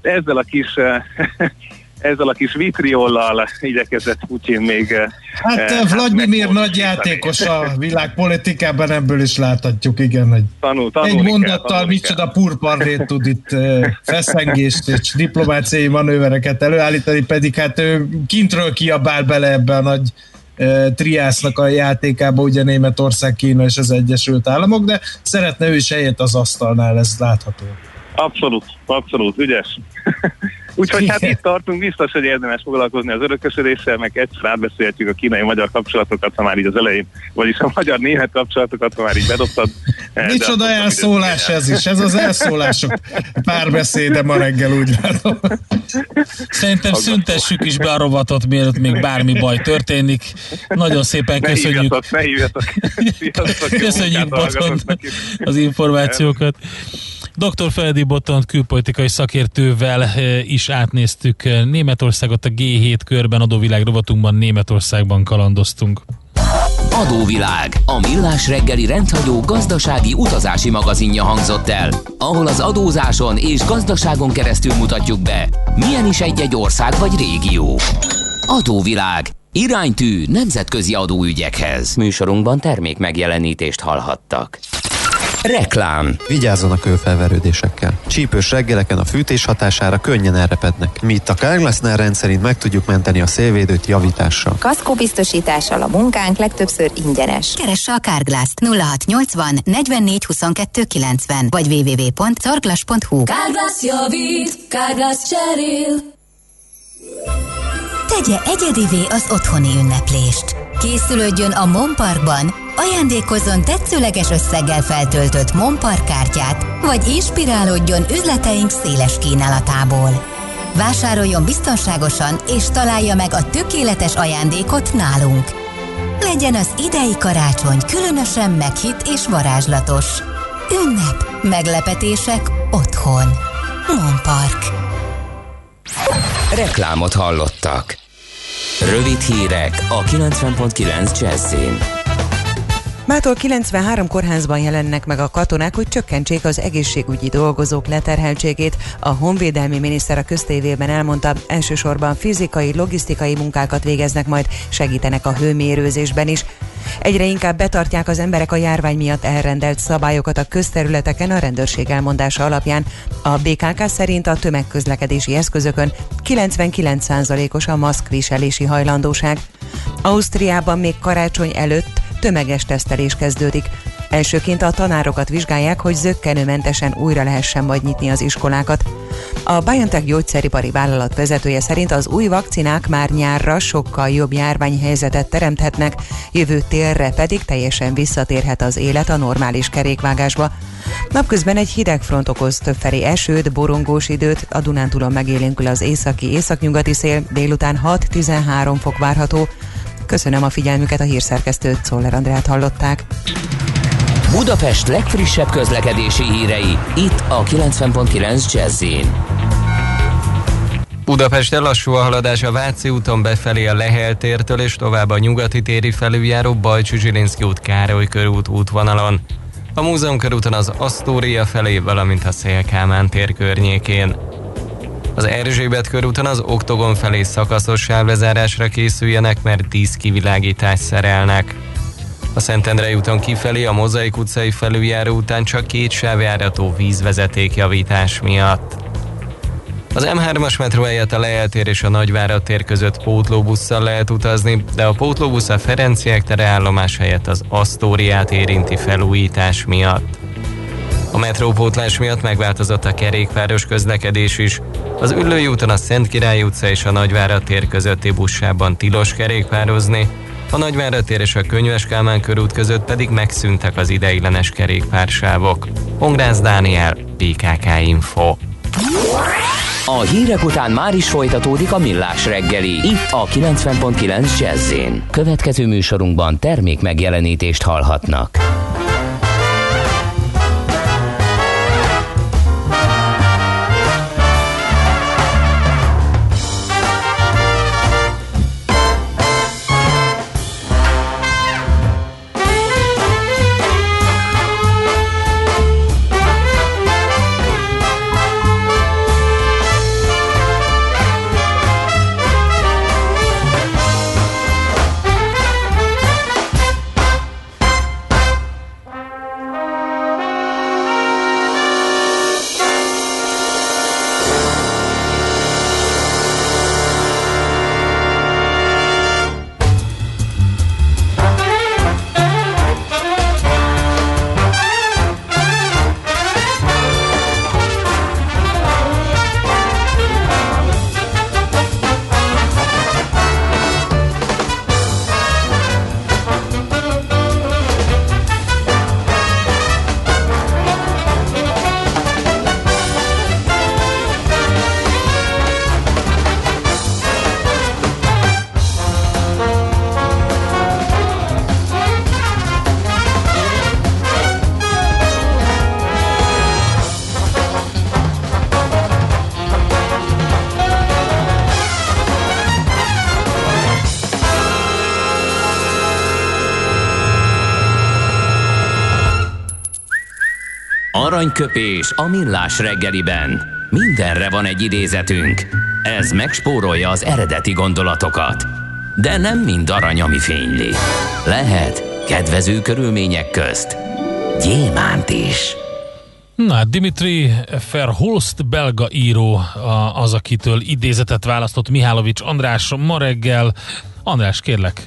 ezzel a kis vitriollal igyekezett Putyin még... Hát Vladimir nagy játékos a világpolitikában, ebből is láthatjuk, igen, hogy egy mondattal micsoda purparrét tud itt feszengést és diplomáciai manővereket előállítani, pedig hát ő kintről kiabál bele ebbe a nagy triásznak a játékába, ugye Németország, Kína és az Egyesült Államok, de szeretne ő is helyet az asztalnál, ez látható. Abszolút, ügyes. Úgyhogy hát itt tartunk, biztos, hogy érdemes foglalkozni az örökösödéssel, meg egyszer átbeszélhetjük a kínai-magyar kapcsolatokat, ha már így az elején, vagyis a magyar-német kapcsolatokat, ha már így bedobtad. Micsoda elszólás ez is, ez az elszólások párbeszéde ma reggel, úgy látom. Szerintem szüntessük is be a rovatot, mielőtt még bármi baj történik. Nagyon szépen köszönjük. Ne hívjatok. Köszönjük, Botont, az információkat. Dr. Feledi Botont külpolitikai szakértővel is átnéztük Németországot, a G7 körben adóvilág rovatunkban Németországban kalandoztunk. Adóvilág, a millás reggeli rendhagyó gazdasági utazási magazinja hangzott el, ahol az adózáson és gazdaságon keresztül mutatjuk be, milyen is egy-egy ország vagy régió. Adóvilág, iránytű nemzetközi adóügyekhez. Műsorunkban termék megjelenítést hallhattak. Reklám. Vigyázzon a kőfelverődésekkel. Csípős reggeleken a fűtés hatására könnyen elrepednek. Mi itt a Carglassnál rendszerint meg tudjuk menteni a szélvédőt javítással. Kaszkó biztosítással a munkánk legtöbbször ingyenes. Keresse a Carglass-t 0680 44 22 90 vagy www.carglass.hu. Carglass javít, Carglass cserél. Tegye egyedivé az otthoni ünneplést. Készülődjön a Mon Parkban, ajándékozzon tetszőleges összeggel feltöltött Mon Park kártyát, vagy inspirálódjon üzleteink széles kínálatából. Vásároljon biztonságosan, és találja meg a tökéletes ajándékot nálunk. Legyen az idei karácsony különösen meghitt és varázslatos. Ünnep, meglepetések otthon. Mon Park. Reklámot hallottak. Rövid hírek a 90.9 Jazzin. Mától 93 kórházban jelennek meg a katonák, hogy csökkentsék az egészségügyi dolgozók leterheltségét. A honvédelmi miniszter a köztévében elmondta, elsősorban fizikai, logisztikai munkákat végeznek, majd segítenek a hőmérőzésben is. Egyre inkább betartják az emberek a járvány miatt elrendelt szabályokat a közterületeken a rendőrség elmondása alapján. A BKK szerint a tömegközlekedési eszközökön 99%-os a maszkviselési hajlandóság. Ausztriában még karácsony előtt tömeges tesztelés kezdődik. Elsőként a tanárokat vizsgálják, hogy zökkenőmentesen újra lehessen majd nyitni az iskolákat. A BioNTech gyógyszeripari vállalat vezetője szerint az új vakcinák már nyárra sokkal jobb járványhelyzetet teremthetnek, jövő térre pedig teljesen visszatérhet az élet a normális kerékvágásba. Napközben egy hideg front okoz többfelé esőt, borongós időt, a Dunántúlon megélénkül az északi-északnyugati szél, délután 6-13 fok várható. Köszönöm a figyelmüket, a hírszerkesztőt, Czoller Andrát hallották. Budapest legfrissebb közlekedési hírei, itt a 90.9 Jazz-in. Budapesten lassú a haladás a Váci úton befelé a Lehel tértől és tovább a Nyugati téri felüljáró Bajcsy-Zsilinszky út Károly körút útvonalon. A Múzeum körúton az Asztória felé, valamint a Széll-Kálmán tér környékén. Az Erzsébet körúton az Oktogon felé szakaszos sávlezárásra készüljenek, mert díszkivilágítást szerelnek. A Szentendrei úton kifelé a Mozaik utcai felüljáró után csak 2 sávjárató vízvezetékjavítás miatt. Az M3-as metró helyett a Lehel tér és a Nagyvárad tér között pótlóbusszal lehet utazni, de a pótlóbusz a Ferenciek tere állomás helyett az Asztóriát érinti felújítás miatt. A metrópótlás miatt megváltozott a kerékpáros közlekedés is. Az Üllői úton a Szentkirály utca és a Nagyvárad tér közötti buszsában tilos kerékpározni, a Nagyvárad tér és a Könyves Kálmán körút között pedig megszűntek az ideiglenes kerékpársávok. Pongrász Dániel, PKK Info. A hírek után már is folytatódik a Millás reggeli, itt a 90.9 Jazz-in. Következő műsorunkban termék megjelenítést hallhatnak. Aranyköpés a millás reggeliben. Mindenre van egy idézetünk. Ez megspórolja az eredeti gondolatokat. De nem mind arany, ami fényli. Lehet kedvező körülmények közt gyémánt is. Na, Dimitri Verhulst belga író az, akitől idézetet választott Mihálovics András ma reggel. András, kérlek.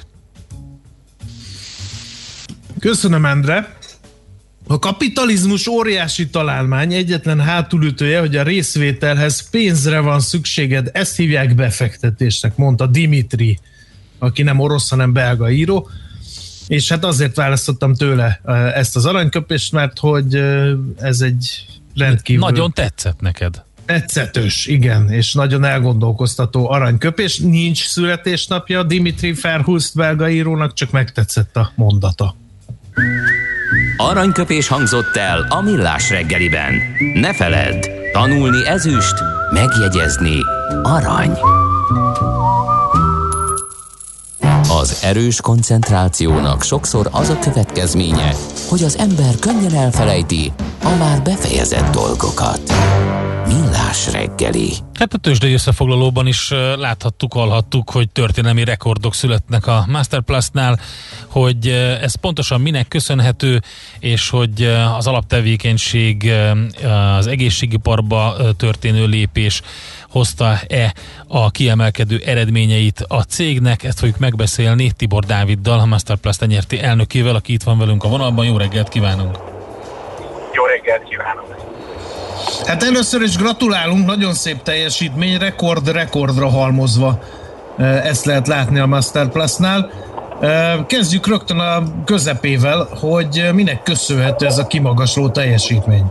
Köszönöm, Endre. A kapitalizmus óriási találmány, egyetlen hátulütője, hogy a részvételhez pénzre van szükséged, ezt hívják befektetésnek, mondta Dimitri, aki nem orosz, hanem belga író, és hát azért választottam tőle ezt az aranyköpést, mert hogy ez egy rendkívül... Nagyon tetszett neked. Tetszetős, igen, és nagyon elgondolkoztató aranyköpés. Nincs születésnapja Dimitri Verhulst belga írónak, csak megtetszett a mondata. Aranyköpés hangzott el a millás reggeliben. Ne feledd, tanulni ezüst, megjegyezni arany. Az erős koncentrációnak sokszor az a következménye, hogy az ember könnyen elfelejti a már befejezett dolgokat. Millás reggeli. Hát a tőzsdei összefoglalóban is láthattuk, hallhattuk, hogy történelmi rekordok születnek a Masterplastnál, hogy ez pontosan minek köszönhető, és hogy az alaptevékenység, az egészségiparba történő lépés hozta-e a kiemelkedő eredményeit a cégnek. Ezt fogjuk megbeszélni Tibor Dáviddal, a Masterplast nyerti elnökével, aki itt van velünk a vonalban. Jó reggelt kívánunk! Jó reggelt kívánok! Hát először is gratulálunk, nagyon szép teljesítmény, rekordra halmozva ezt lehet látni a Masterplastnál. Kezdjük rögtön a közepével, hogy minek köszönhető ez a kimagasló teljesítmény.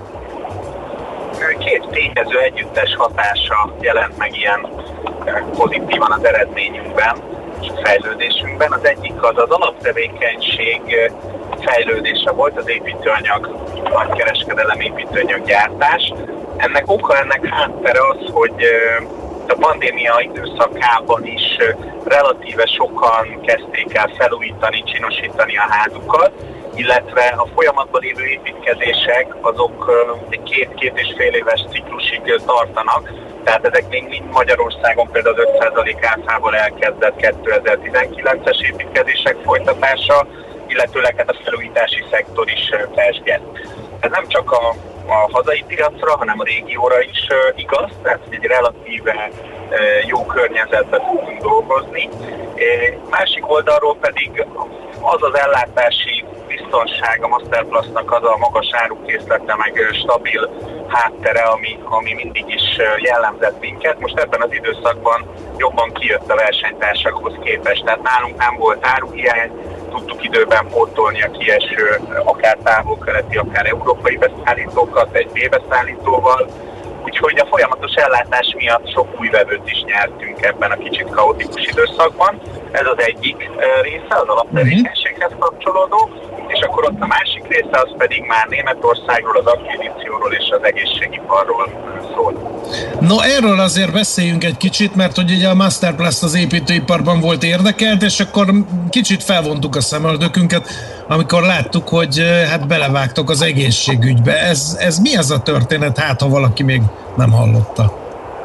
Két tényező együttes hatása jelent meg ilyen pozitívan az eredményünkben és a fejlődésünkben. Az egyik az alaptevékenység fejlődése volt, az építőanyag, nagykereskedelem építőanyag gyártás. Ennek háttere az, hogy a pandémia időszakában is relatíve sokan kezdték el felújítani, csinosítani a házukat, illetve a folyamatban lévő építkezések azok egy 2-2,5 éves ciklusig tartanak, tehát ezek még mind Magyarországon például az 5% áfával elkezdett 2019-es építkezések folytatása, illetőleg hát a felújítási szektor is pezsgett. Ez nem csak a hazai piacra, hanem a régióra is igaz, tehát egy relatíve jó környezetben tudunk dolgozni. Másik oldalról pedig az az ellátási biztonság a Masterplastnak, az a magas árukészlete, meg stabil háttere, ami mindig is jellemzett minket. Most ebben az időszakban jobban kijött a versenytársakhoz képest, tehát nálunk nem volt áruhiány, tudtuk időben pótolni a kieső akár távol-keleti, akár európai beszállítókat egy B-beszállítóval, úgyhogy a folyamatos ellátás miatt sok új vevőt is nyertünk ebben a kicsit kaotikus időszakban. Ez az egyik része, az alaptevékenységhez kapcsolódó, és akkor ott a másik része, az pedig már Németországról, az akvizícióról és az egészségiparról szól. No, erről azért beszéljünk egy kicsit, mert hogy ugye a Masterplast az építőiparban volt érdekelt, és akkor kicsit felvontuk a szemöldökünket, amikor láttuk, hogy hát belevágtok az egészségügybe. Ez mi az a történet, hát ha valaki még nem hallotta?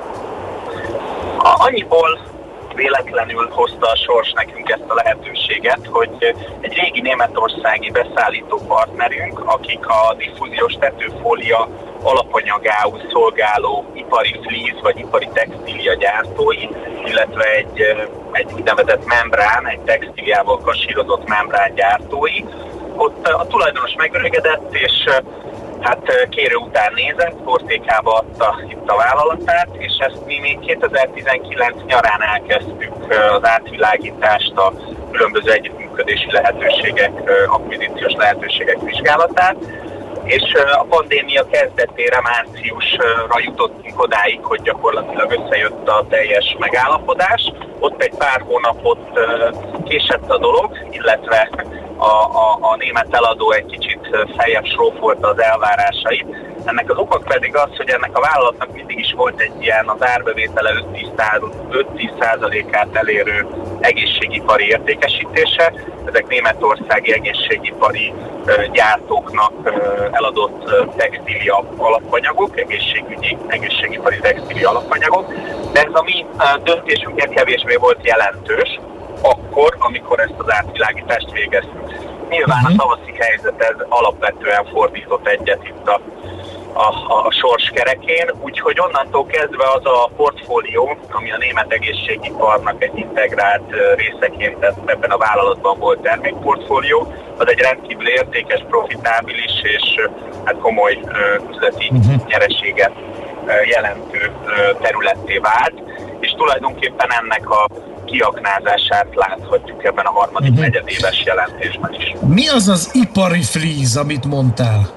Annyiból véletlenül hozta a sors nekünk ezt a lehetőséget, hogy egy régi németországi beszállító partnerünk, akik a diffúziós tetőfólia alapanyagául szolgáló ipari flíz vagy ipari textília gyártói, illetve egy úgynevezett membrán, egy textíliával kasírozott membrán gyártói. Ott a tulajdonos megöregedett, és hát kérő után nézett, portékába adta itt a vállalatát, és ezt mi még 2019 nyarán elkezdtük az átvilágítást, a különböző együttműködési lehetőségek, akvizíciós lehetőségek vizsgálatát, és a pandémia kezdetére márciusra jutottunk odáig, hogy gyakorlatilag összejött a teljes megállapodás. Ott egy pár hónapot késett a dolog, illetve a német eladó egy kicsit feljebb srófolta az elvárásait. Ennek az oka pedig az, hogy ennek a vállalatnak mindig is volt egy ilyen az árbevétele 5-10%-át elérő egészségipari értékesítése. Ezek németországi egészségipari gyártóknak eladott textília alapanyagok, egészségipari textília alapanyagok, de ez a mi döntésünkért kevésbé volt jelentős akkor, amikor ezt az átvilágítást végeztük. Nyilván a tavaszi helyzet ez alapvetően fordított egyet itt a sors kerekén, úgyhogy onnantól kezdve az a portfólió, ami a német egészségiparnak egy integrált részeként ebben a vállalatban volt termékportfólió, az egy rendkívül értékes, profitábilis és hát komoly üzleti nyereséget jelentő területté vált, és tulajdonképpen ennek a kiaknázását láthatjuk ebben a harmadik negyedéves jelentésben is. Mi az az ipari flíz, amit mondtál?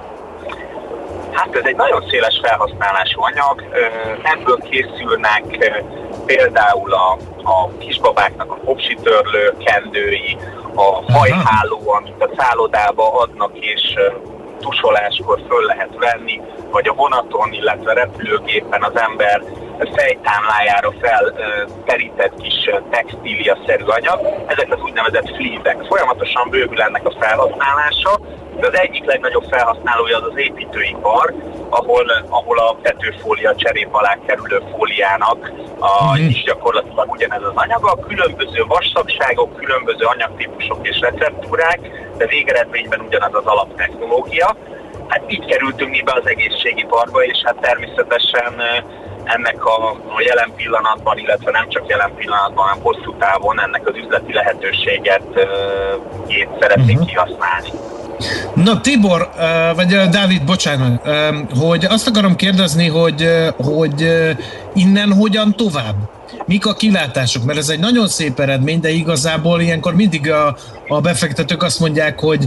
Hát ez egy nagyon széles felhasználású anyag, ebből készülnek például a kisbabáknak a popsitörlő kendői, a hajháló, amit a szállodába adnak és tusoláskor föl lehet venni, vagy a vonaton, illetve repülőgépen az ember fejtámlájára felterített kis textília-szerű anyag. Ezek az úgynevezett flízek. Folyamatosan bővül ennek a felhasználása, de az egyik legnagyobb felhasználója az építőipar, ahol a tetőfólia cserép alá kerülő fóliának is gyakorlatilag ugyanez az anyaga. Különböző vasszagságok, különböző anyagtípusok és receptúrák, de végeredményben ugyanaz az alaptechnológia. Hát így kerültünk mi be az egészségiparba, és hát természetesen ennek a jelen pillanatban, illetve nem csak jelen pillanatban, hanem hosszú távon ennek az üzleti lehetőséget szeretnénk kihasználni. Na Tibor, vagy Dávid, bocsánat, hogy azt akarom kérdezni, hogy innen hogyan tovább? Mik a kilátások? Mert ez egy nagyon szép eredmény, de igazából ilyenkor mindig a befektetők azt mondják, hogy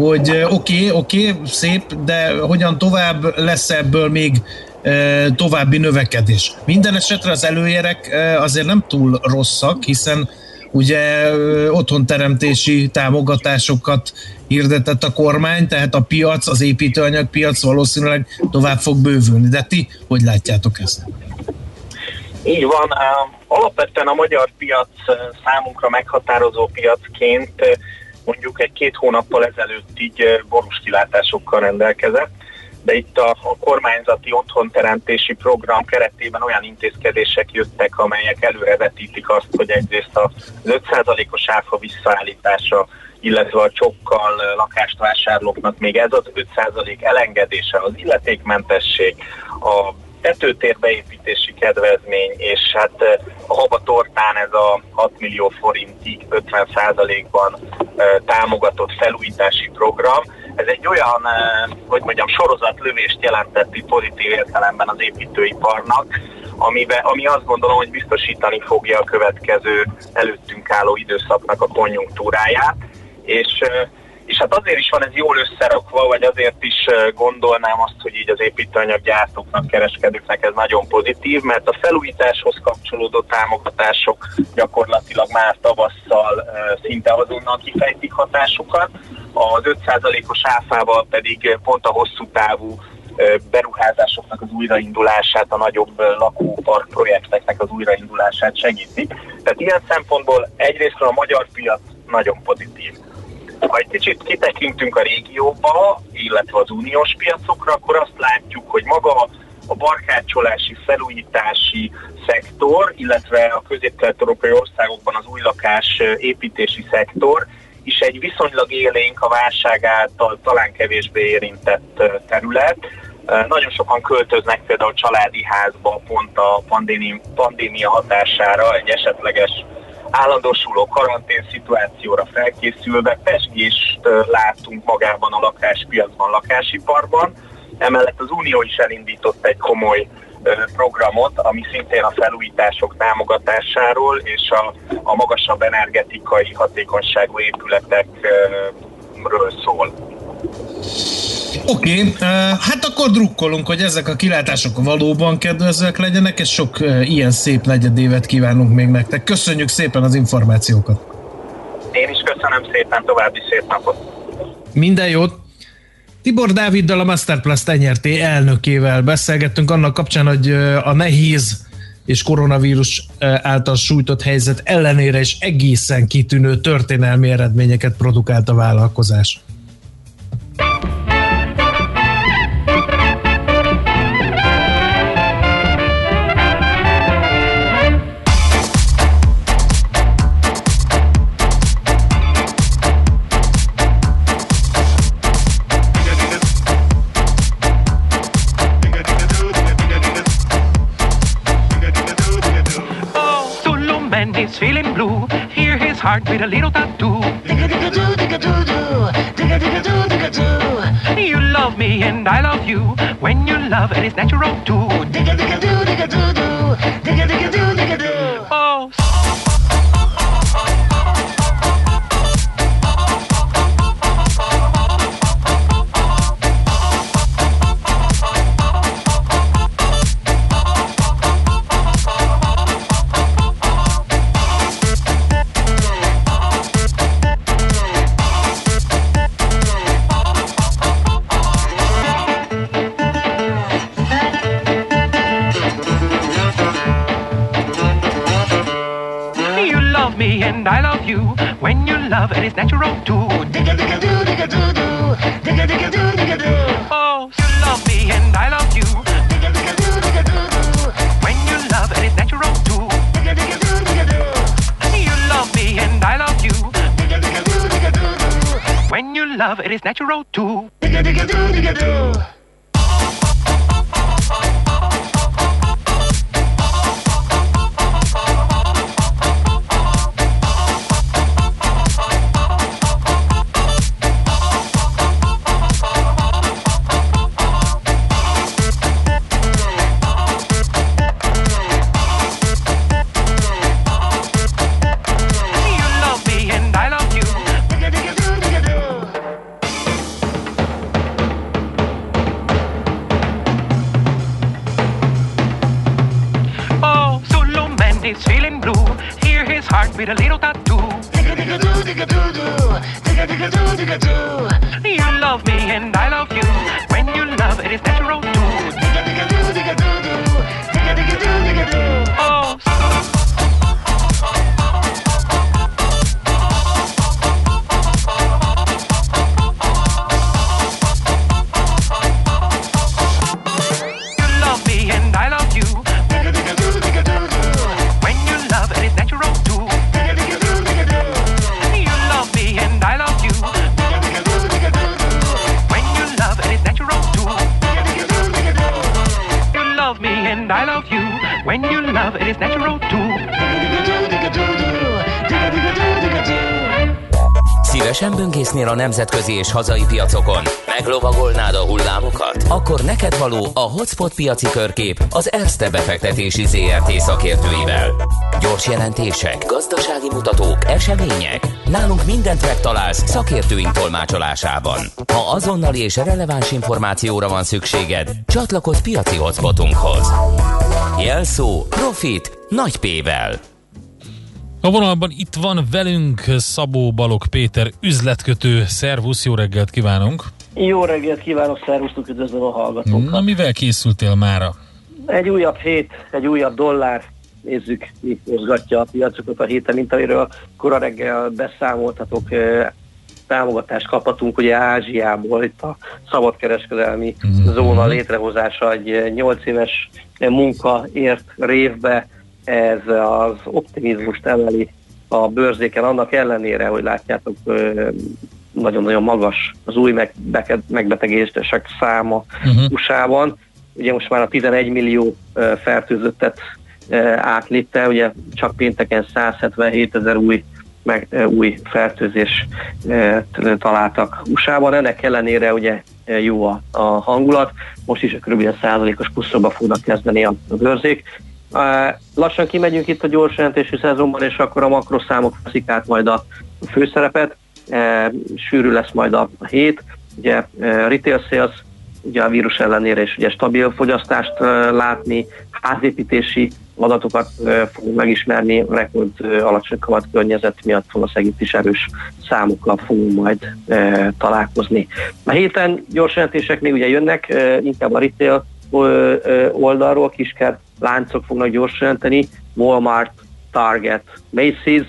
oké, szép, de hogyan tovább, lesz ebből még további növekedés. Minden esetre az előjelek azért nem túl rosszak, hiszen ugye otthonteremtési támogatásokat hirdetett a kormány, tehát a piac, az építőanyagpiac valószínűleg tovább fog bővülni. De ti hogy látjátok ezt? Így van. Alapvetően a magyar piac számunkra meghatározó piacként mondjuk egy 2 hónappal ezelőtt így borús kilátásokkal rendelkezett, de itt a kormányzati otthonteremtési program keretében olyan intézkedések jöttek, amelyek előrevetítik azt, hogy egyrészt az 5%-os áfa visszaállítása, illetve a csokkal lakást vásárlóknak még ez az 5% elengedése, az illetékmentesség, a tetőtérbeépítési kedvezmény, és hát a habatortán ez a 6 millió forintig 50%-ban támogatott felújítási program. Ez egy olyan, sorozatlövést jelentett itt pozitív értelemben az építőiparnak, ami azt gondolom, hogy biztosítani fogja a következő előttünk álló időszaknak a konjunktúráját, és hát azért is van ez jól összerakva, vagy azért is gondolnám azt, hogy így az építőanyaggyártóknak, kereskedőknek ez nagyon pozitív, mert a felújításhoz kapcsolódó támogatások gyakorlatilag már tavasszal szinte azonnal kifejtik hatásukat, az 5%-os áfával pedig pont a hosszú távú beruházásoknak az újraindulását, a nagyobb lakópark projekteknek az újraindulását segítik. Tehát ilyen szempontból egyrésztről a magyar piac nagyon pozitív. Ha egy kicsit kitekintünk a régióba, illetve az uniós piacokra, akkor azt látjuk, hogy maga a barkácsolási, felújítási szektor, illetve a közép-kelet-európai országokban az új lakás építési szektor is egy viszonylag élénk, a válság által talán kevésbé érintett terület. Nagyon sokan költöznek például családi házba pont a pandémia hatására egy esetleges állandósuló karantén szituációra felkészülve. Pezsgést látunk magában a lakáspiacban, lakásiparban. Emellett az Unió is elindított egy komoly programot, ami szintén a felújítások támogatásáról és a magasabb energetikai hatékonyságú épületekről szól. Oké, hát akkor drukkolunk, hogy ezek a kilátások valóban kedvezőek legyenek, és sok ilyen szép negyedévet kívánunk még nektek. Köszönjük szépen az információkat! Én is köszönöm szépen, további szép napot! Minden jót! Tibor Dáviddal, a Masterplast NRT elnökével beszélgettünk annak kapcsán, hogy a nehéz és koronavírus által sújtott helyzet ellenére is egészen kitűnő történelmi eredményeket produkált a vállalkozás. Feeling blue, hear his heart beat a little tattoo. Digga-digga-doo, digga-doo-doo, digga-digga-doo, digga-doo. You love me and I love you, when you love it is natural too. Digga-digga-doo, digga-doo-doo, digga-digga-doo, digga-doo. Oh. And I love you, when you love it is natural too. Digga-digga-doo, digga-doo-doo, digga-digga-doo, digga-doo. Oh, you love me and I love you. Digga-digga-doo, digga-doo-doo, when you love it is natural too. Digga-digga-doo, digga-doo. You love me and I love you. Digga-digga-doo, digga-doo-doo, when you love it is natural too. Digga-digga-doo, digga-doo. With a little tattoo. Digga-digga-doo, digga-doo-doo, digga-digga-doo, digga-doo. You love me and I love you, when you love it is natural too. Digga-digga-doo, digga-doo-doo, digga-digga-doo, digga-doo. Oh. You love me and I love you. Digga-digga-doo, digga-doo-doo, when you love it is natural too. And I love you. When you love it is natural too. You love me and I love you. When you love it is natural too. Szívesen böngésznél a nemzetközi és hazai piacokon? Meglovagolnád a hullámokat? Akkor neked való a Hotspot piaci körkép az Erste befektetési ZRT szakértőivel. Gyors jelentések, gazdasági mutatók, események. Nálunk mindent megtalálsz szakértőink tolmácsolásában. Ha azonnali és releváns információra van szükséged, csatlakozz piaci hotspotunkhoz. Jelszó Profit nagy P-vel. A vonalban itt van velünk Szabó Balogh Péter, üzletkötő. Szervusz, jó reggelt kívánunk! Jó reggelt kívánok, szervusztok, üdvözlöm a hallgatókat! Na, mivel készültél mára? Egy újabb hét, egy újabb dollár. Nézzük, mi mozgatja a piacokat a héten, mint amiről kora reggel beszámoltatok. Támogatást kaphatunk ugye Ázsiából, itt a szabadkereskedelmi zóna létrehozása, egy 8 éves munka ért révbe. Ez az optimizmust emeli a bőrzéken, annak ellenére, hogy látjátok, nagyon-nagyon magas az új megbetegedések száma USA-ban. Ugye most már a 11 millió fertőzöttet átlépte, ugye csak pénteken 177 000 új fertőzés találtak USA-ban. Ennek ellenére ugye jó a hangulat, most is kb. 1%-os pluszba fognak kezdeni a bőrzék. Lassan kimegyünk itt a gyors jelentésű szezonban, és akkor a makroszámok veszik át majd a főszerepet. Sűrű lesz majd a hét. Ugye retail sales ugye a vírus ellenére is ugye stabil fogyasztást látni, házépítési adatokat fogunk megismerni, rekord alacsony kamatkörnyezet miatt valószínűleg itt is erős számokkal fogunk majd találkozni. A héten gyors jelentések még ugye jönnek, inkább a retail oldalról, kiskert láncok fognak gyors jelenteni, Walmart, Target, Macy's,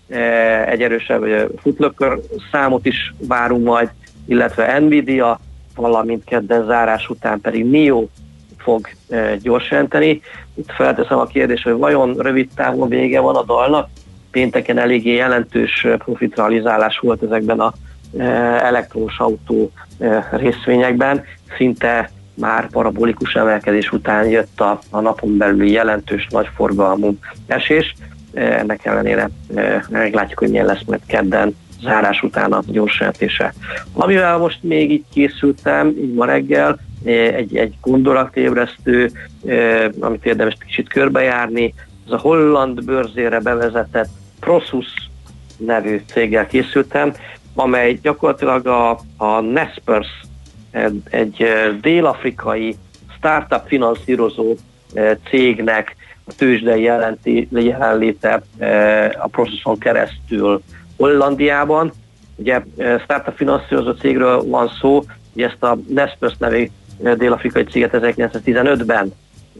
egy erősebb Foot Locker számot is várunk majd, illetve Nvidia, valamint kedden zárás után pedig NIO fog gyors jelenteni. Itt felteszem a kérdést, hogy vajon rövid távon vége van a dalnak? Pénteken eléggé jelentős profitrealizálás volt ezekben az elektromos autó részvényekben, szinte már parabolikus emelkedés után jött a napon belüli jelentős nagyforgalmú esés. Ennek ellenére meglátjuk, hogy milyen lesz majd kedden zárás után a gyors jelentése. Amivel most még így készültem, így ma reggel, egy gondolatébresztő, amit érdemes kicsit körbejárni, ez a holland bőrzére bevezetett Prosus nevű céggel készültem, amely gyakorlatilag a Naspers, egy dél-afrikai startup finanszírozó cégnek a tőzsdei jelenléte a Prosuson keresztül Hollandiában. Ugye startup finanszírozó cégről van szó, ugye ezt a Naspers nevű dél-afrikai céget 1915-ben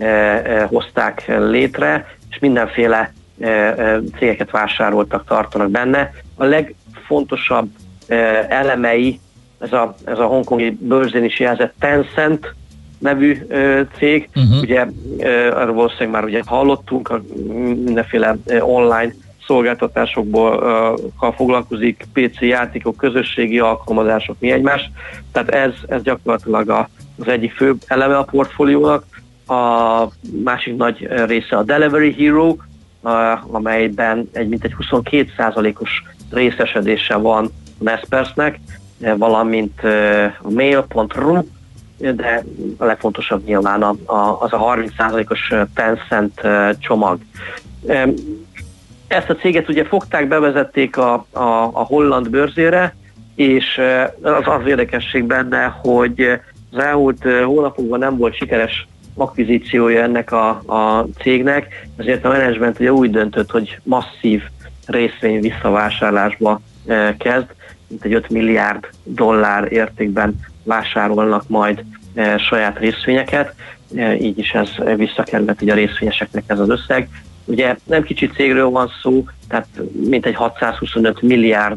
hozták létre, és mindenféle cégeket vásároltak, tartanak benne. A legfontosabb elemei, ez a hongkongi bőrzén is jelzett Tencent nevű cég, ugye arról valószínűleg már ugye hallottunk, mindenféle online szolgáltatásokból foglalkozik, PC játékok, közösségi alkalmazások, mi egymás. Tehát ez gyakorlatilag az egyik fő eleme a portfóliónak. A másik nagy része a Delivery Hero, amelyben mintegy 22%-os részesedése van a Naspersnek, valamint a Mail.ru, de a legfontosabb nyilván az a 30%-os Tencent csomag. Ezt a céget ugye fogták, bevezették a holland bőrzére, és az érdekesség benne, hogy az elmúlt hónapokban nem volt sikeres akvizíciója ennek a cégnek, ezért a menedzsment ugye úgy döntött, hogy masszív részvény visszavásárlásba kezd, mint egy $5 milliárd értékben vásárolnak majd saját részvényeket, így is ez visszakerült a részvényeseknek ez az összeg. Ugye nem kicsi cégről van szó, tehát mintegy 625 milliárd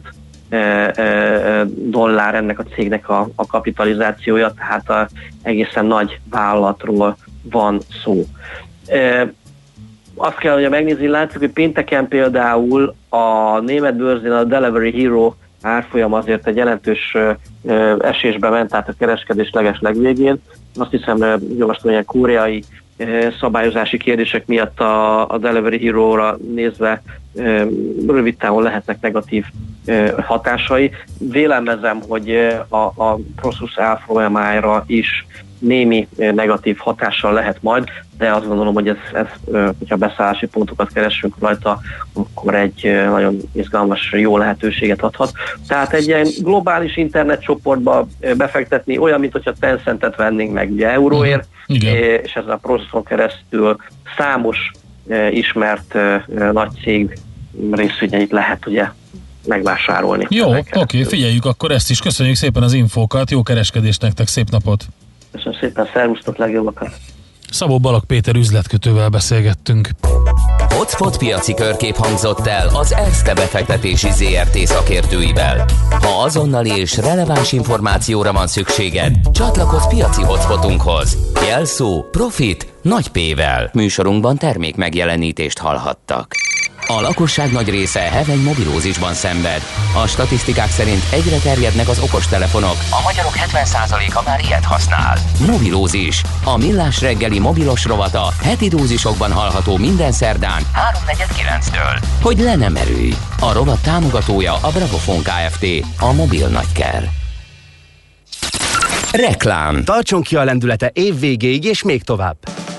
dollár ennek a cégnek a kapitalizációja, tehát egészen nagy vállalatról van szó. Azt kell, hogy megnézni, látszik, hogy pénteken például a német bőrzén a Delivery Hero árfolyam azért egy jelentős esésbe ment, tehát a kereskedés legvégén. Azt hiszem, javaslom, hogy a koreai szabályozási kérdések miatt a Delivery Hero-ra nézve rövid távon lehetnek negatív hatásai. Vélelmezem, hogy a Prosus árfolyamára is némi negatív hatással lehet majd, de azt gondolom, hogy ez hogyha beszállási pontokat keresünk rajta, akkor egy nagyon izgalmas, jó lehetőséget adhat. Tehát egy ilyen globális internetcsoportba befektetni, olyan, mint hogyha Tencentet vennénk meg ugye euróért, és ez a Prosuson keresztül számos ismert nagy cég részvényeit lehet ugye megvásárolni. Jó, oké, figyeljük akkor ezt is. Köszönjük szépen az infókat, jó kereskedést nektek, szép napot! Köszönöm szépen, szervusztok, legjobbakat! Szabó Balog Péter üzletkötővel beszélgettünk. Hotspot piaci körkép hangzott el az Erste befektetési ZRT szakértőivel. Ha azonnali és releváns információra van szükséged, csatlakozz piaci hotspotunkhoz. Jelszó Profit nagy P-vel. Műsorunkban termék megjelenítést hallhattak. A lakosság nagy része heveny mobilózisban szenved. A statisztikák szerint egyre terjednek az okostelefonok. A magyarok 70%-a már ilyet használ. Mobilózis. A Millás reggeli mobilos rovata heti dózisokban hallható minden szerdán 3:49-től. Hogy le nem erőj. A rovat támogatója a Bravofon Kft. A mobil nagyker. Reklám. Tartson ki a lendülete év végéig és még tovább.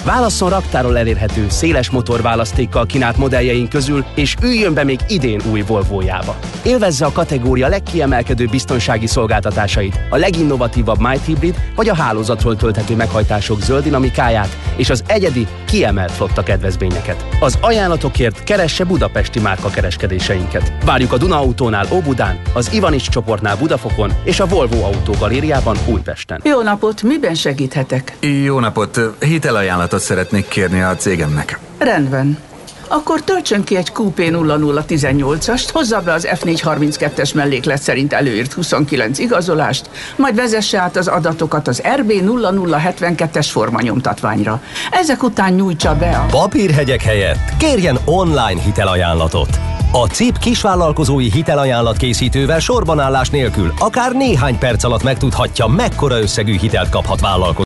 Válasszon raktáról elérhető, széles motorválasztékkal kínált modelljeink közül, és üljön be még idén új Volvo-jába. Élvezze a kategória legkiemelkedőbb biztonsági szolgáltatásait, a leginnovatívabb Might Hybrid vagy a hálózatról tölthető meghajtások zöld dinamikáját és az egyedi, kiemelt flotta kedvezményeket. Az ajánlatokért keresse budapesti márka kereskedéseinket. Várjuk a Duna Autónál Óbudán, az Ivanics csoportnál Budafokon és a Volvo Autó Galériában Újpesten. Jó napot, miben segíthetek? Jó napot, hitelajánlatot szeretnék kérni a cégemnek. Rendben. Akkor töltsön ki egy QP0018-ast, hozza be az F432-es melléklet szerint előírt 29 igazolást, majd vezesse át az adatokat az RB0072-es formanyomtatványra. Ezek után nyújtsa be a... Papírhegyek helyett kérjen online hitelajánlatot. A CIP kisvállalkozói hitelajánlat készítővel sorbanállás nélkül akár néhány perc alatt megtudhatja, mekkora összegű hitelt kaphat vállalkozó.